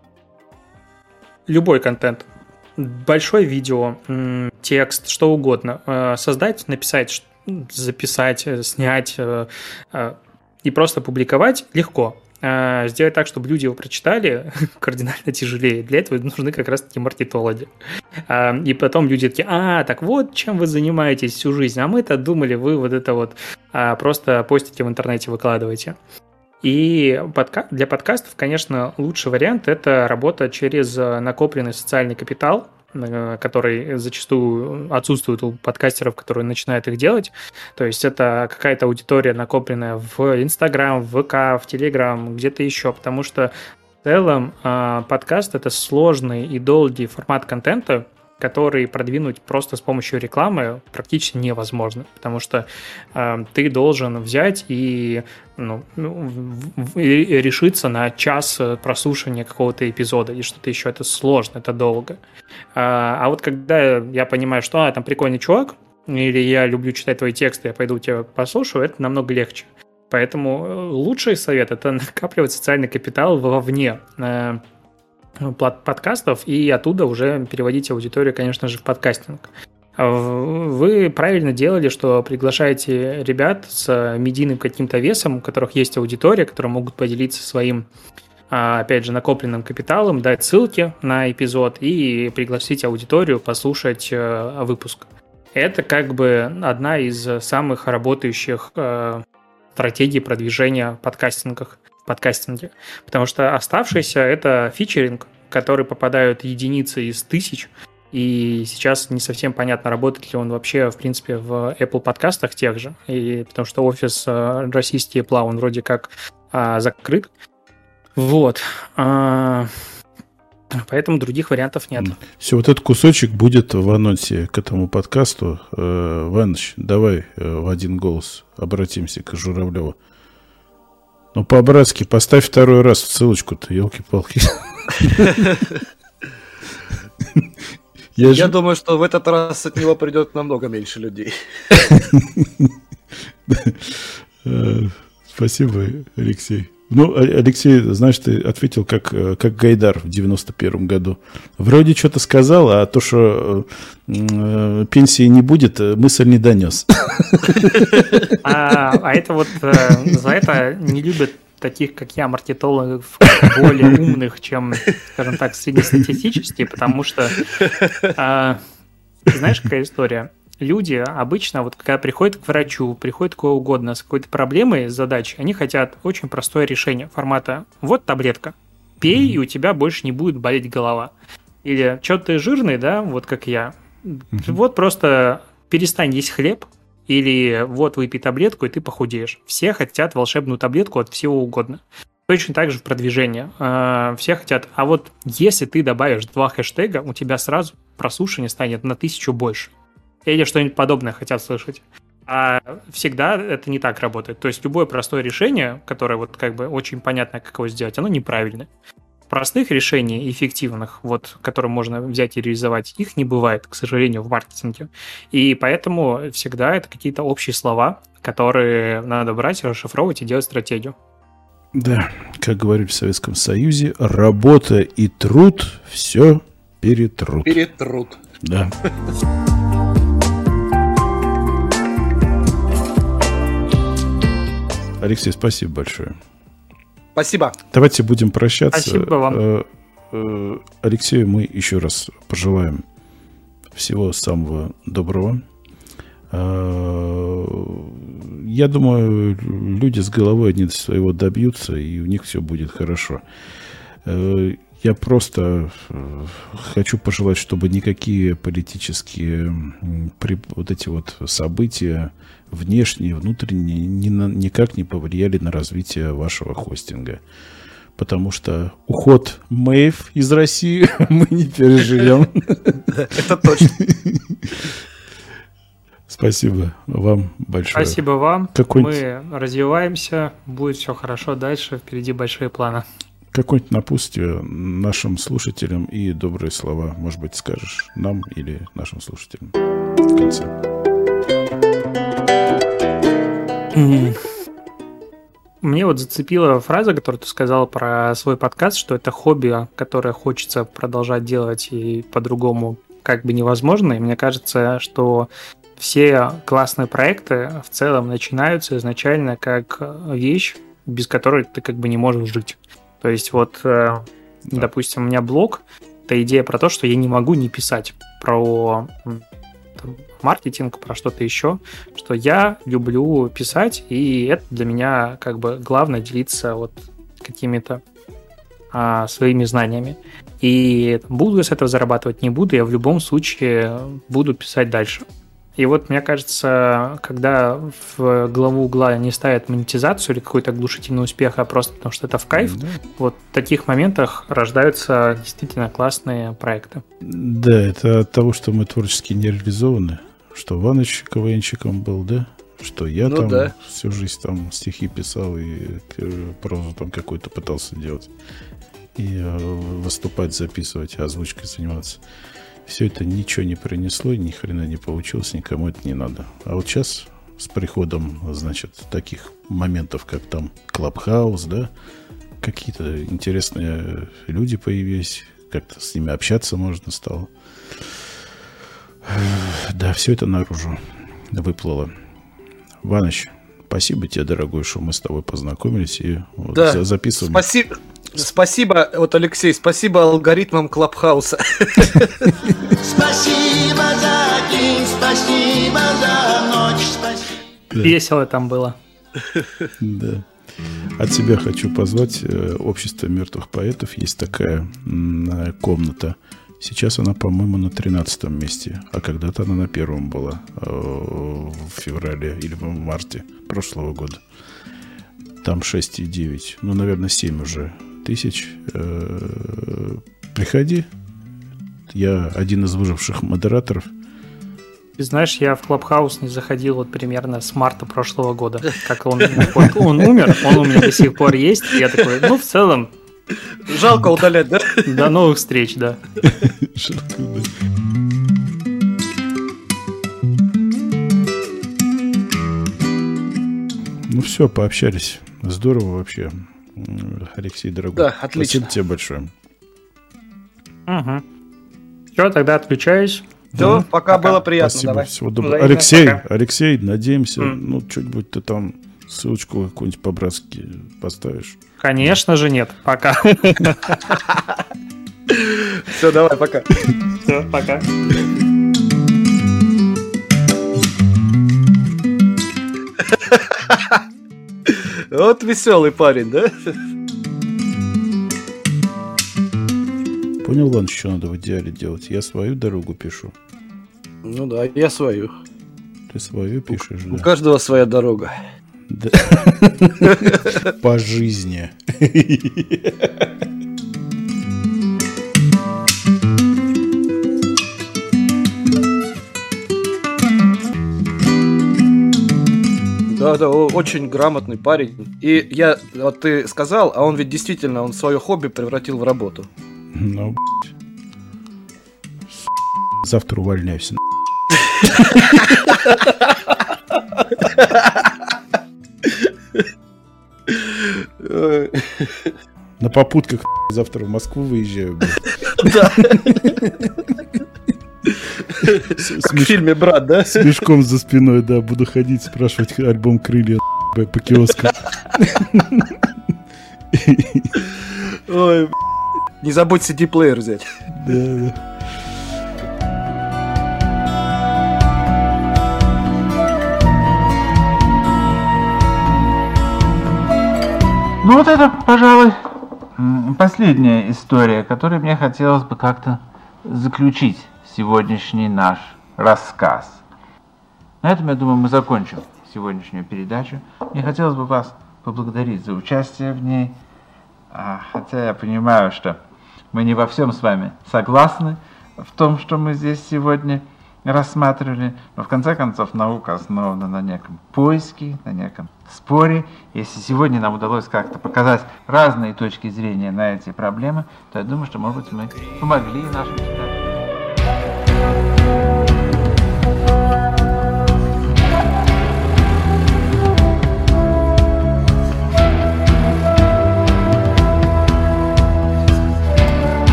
Любой контент. Большое видео, текст, что угодно. Создать, написать, записать, снять и просто публиковать легко. Сделать так, чтобы люди его прочитали, кардинально тяжелее. Для этого нужны как раз-таки маркетологи. И потом люди такие: а, так вот, чем вы занимаетесь всю жизнь. А мы-то думали, вы вот это вот просто постите в интернете, выкладываете. И подка- для подкастов, конечно, лучший вариант – это работа через накопленный социальный капитал, который зачастую отсутствует у подкастеров, которые начинают их делать. То есть это какая-то аудитория, накопленная в Инстаграм, в ВК, в Телеграм, где-то еще, потому что в целом подкаст – это сложный и долгий формат контента, который продвинуть просто с помощью рекламы практически невозможно, потому что э, ты должен взять и, ну, и решиться на час прослушивания какого-то эпизода или что-то еще. Это сложно, это долго. А, а вот когда я понимаю, что а, там прикольный чувак, или я люблю читать твои тексты, я пойду тебя послушаю, это намного легче. Поэтому лучший совет – это накапливать социальный капитал вовне э, подкастов и оттуда уже переводить аудиторию, конечно же, в подкастинг. Вы правильно делали, что приглашаете ребят с медийным каким-то весом, у которых есть аудитория, которые могут поделиться своим, опять же, накопленным капиталом, дать ссылки на эпизод и пригласить аудиторию послушать выпуск. Это как бы одна из самых работающих стратегий продвижения подкастингов. подкастинге, потому что оставшиеся — это фичеринг, в который попадают единицы из тысяч, И сейчас не совсем понятно, работает ли он вообще, в принципе, в Apple подкастах тех же. И, потому что офис а, российский Apple, он вроде как а, закрыт. Вот. А, поэтому других вариантов нет. Все, вот этот кусочек будет в анонсе к этому подкасту. Э, Ваныч, давай э, в один голос обратимся к Журавлеву. Ну, по-братски, поставь второй раз ссылочку-то, елки-палки. Я, Я же... думаю, что в этот раз от него придет намного меньше людей. Спасибо, Алексей. Ну, Алексей, знаешь, ты ответил как, как Гайдар в девяносто первом году. Вроде что-то сказал, а то, что э, пенсии не будет, мысль не донес. А, а это вот э, за это не любят таких, как я, маркетологов, более умных, чем, скажем так, среднестатистические, потому что, а, знаешь, какая история? Люди обычно, вот когда приходят к врачу, приходят куда угодно с какой-то проблемой, задачей, они хотят очень простое решение формата «вот таблетка, пей, и у тебя больше не будет болеть голова». Или «что ты жирный, да, вот как я, вот просто перестань есть хлеб», или «вот выпей таблетку, и ты похудеешь». Все хотят волшебную таблетку от всего угодно. Точно так же в продвижении. Все хотят, а вот если ты добавишь два хэштега, у тебя сразу прослушивание станет на тысячу больше. Или что-нибудь подобное хотят слышать. А всегда это не так работает. То есть любое простое решение, которое вот как бы очень понятно, как его сделать, оно неправильное. Простых решений, эффективных, вот, которые можно взять и реализовать, их не бывает, к сожалению, в маркетинге. И поэтому всегда это какие-то общие слова, которые надо брать, расшифровывать и делать стратегию. Да, как говорили в Советском Союзе, работа и труд все перетрут. Перетрут. Да. Алексей, спасибо большое. Спасибо. Давайте будем прощаться. Спасибо вам. Алексею мы еще раз пожелаем всего самого доброго. Я думаю, люди с головой они своего добьются, и у них все будет хорошо. Я просто хочу пожелать, чтобы никакие политические вот эти вот события, внешние, внутренние, ни на, никак не повлияли на развитие вашего хостинга. Потому что уход Мэйв из России мы не переживем. Это точно. Спасибо вам большое. Спасибо вам. Мы развиваемся, будет все хорошо дальше, впереди большие планы. Какое-нибудь напутствие нашим слушателям и добрые слова, может быть, скажешь нам или нашим слушателям в конце. Мне вот зацепила фраза, которую ты сказал про свой подкаст, что это хобби, которое хочется продолжать делать и по-другому как бы невозможно. И мне кажется, что все классные проекты в целом начинаются изначально как вещь, без которой ты как бы не можешь жить. То есть вот, да. допустим, у меня блог, это идея про то, что я не могу не писать про там, маркетинг, про что-то еще, что я люблю писать, и это для меня как бы главное делиться вот какими-то а, своими знаниями. И буду я с этого зарабатывать, не буду, я в любом случае буду писать дальше. И вот, мне кажется, когда в главу угла не ставят монетизацию или какой-то оглушительный успех, а просто потому что это в кайф, да. вот в таких моментах рождаются действительно классные проекты. Да, это от того, что мы творчески не реализованы, что Ваныч КВНщиком был, да? Что я ну, там да. всю жизнь там стихи писал и прозу там какую-то пытался делать. И выступать, записывать, озвучкой заниматься. Все это ничего не принесло, ни хрена не получилось, никому это не надо. А вот сейчас с приходом, значит, таких моментов, как там Клабхаус, да, какие-то интересные люди появились, как-то с ними общаться можно стало. Да, все это наружу выплыло. Ваныч, спасибо тебе, дорогой, что мы с тобой познакомились и вот да. записываем. Спасибо. Спасибо, вот, Алексей, спасибо алгоритмам Клабхауса. Спасибо за день, спасибо за ночь, спасибо. Весело там было. Да. От себя хочу позвать Общество мертвых поэтов. Есть такая комната Сейчас она, по-моему, на тринадцатом месте, а когда-то она на первом была в феврале или в марте прошлого года. Там шесть и девять, ну, наверное, семь уже тысяч. Приходи. Я один из выживших модераторов. Ты знаешь, я в Клабхаус не заходил вот примерно с марта прошлого года. Как он, вот, он умер, он у меня до сих пор есть. Я такой, ну, в целом... Жалко удалять, да? До новых встреч, да. Жалко удалять. Ну все, пообщались. Здорово вообще. Алексей, дорогой. Да, отлично. Спасибо тебе большое. Угу. Все, тогда отключаюсь. Все, да. пока, пока было приятно. Спасибо, давай. всего доброго. Взаимно, Алексей, пока. Алексей, надеемся, mm. ну, чуть-нибудь ты там ссылочку какую-нибудь по-братски поставишь. Конечно же нет, пока. Все, давай, пока. Все, пока. Вот веселый парень, да? Понял, Иван, что надо в идеале делать? Я свою дорогу пишу. Ну да, я свою. Ты свою пишешь, у, да? У каждого своя дорога. Да. По жизни. Да, да, очень грамотный парень. И я, вот ты сказал, а он ведь действительно, он свое хобби превратил в работу. Ну, блядь. Завтра увольняюсь. На попутках завтра в Москву выезжаю. Да. Как в фильме «Брат», да? С мешком за спиной, да, буду ходить, спрашивать альбом «Крылья» по киоскам. Ой, не забудь си ди-плеер взять. Да, да. Ну вот это, пожалуй, последняя история, которой мне хотелось бы как-то заключить сегодняшний наш рассказ. На этом, я думаю, мы закончим сегодняшнюю передачу. Мне хотелось бы вас поблагодарить за участие в ней, хотя я понимаю, что мы не во всем с вами согласны в том, что мы здесь сегодня рассматривали, но в конце концов наука основана на неком поиске, на неком споре. Если сегодня нам удалось как-то показать разные точки зрения на эти проблемы, то я думаю, что, может быть, мы помогли нашим читателям.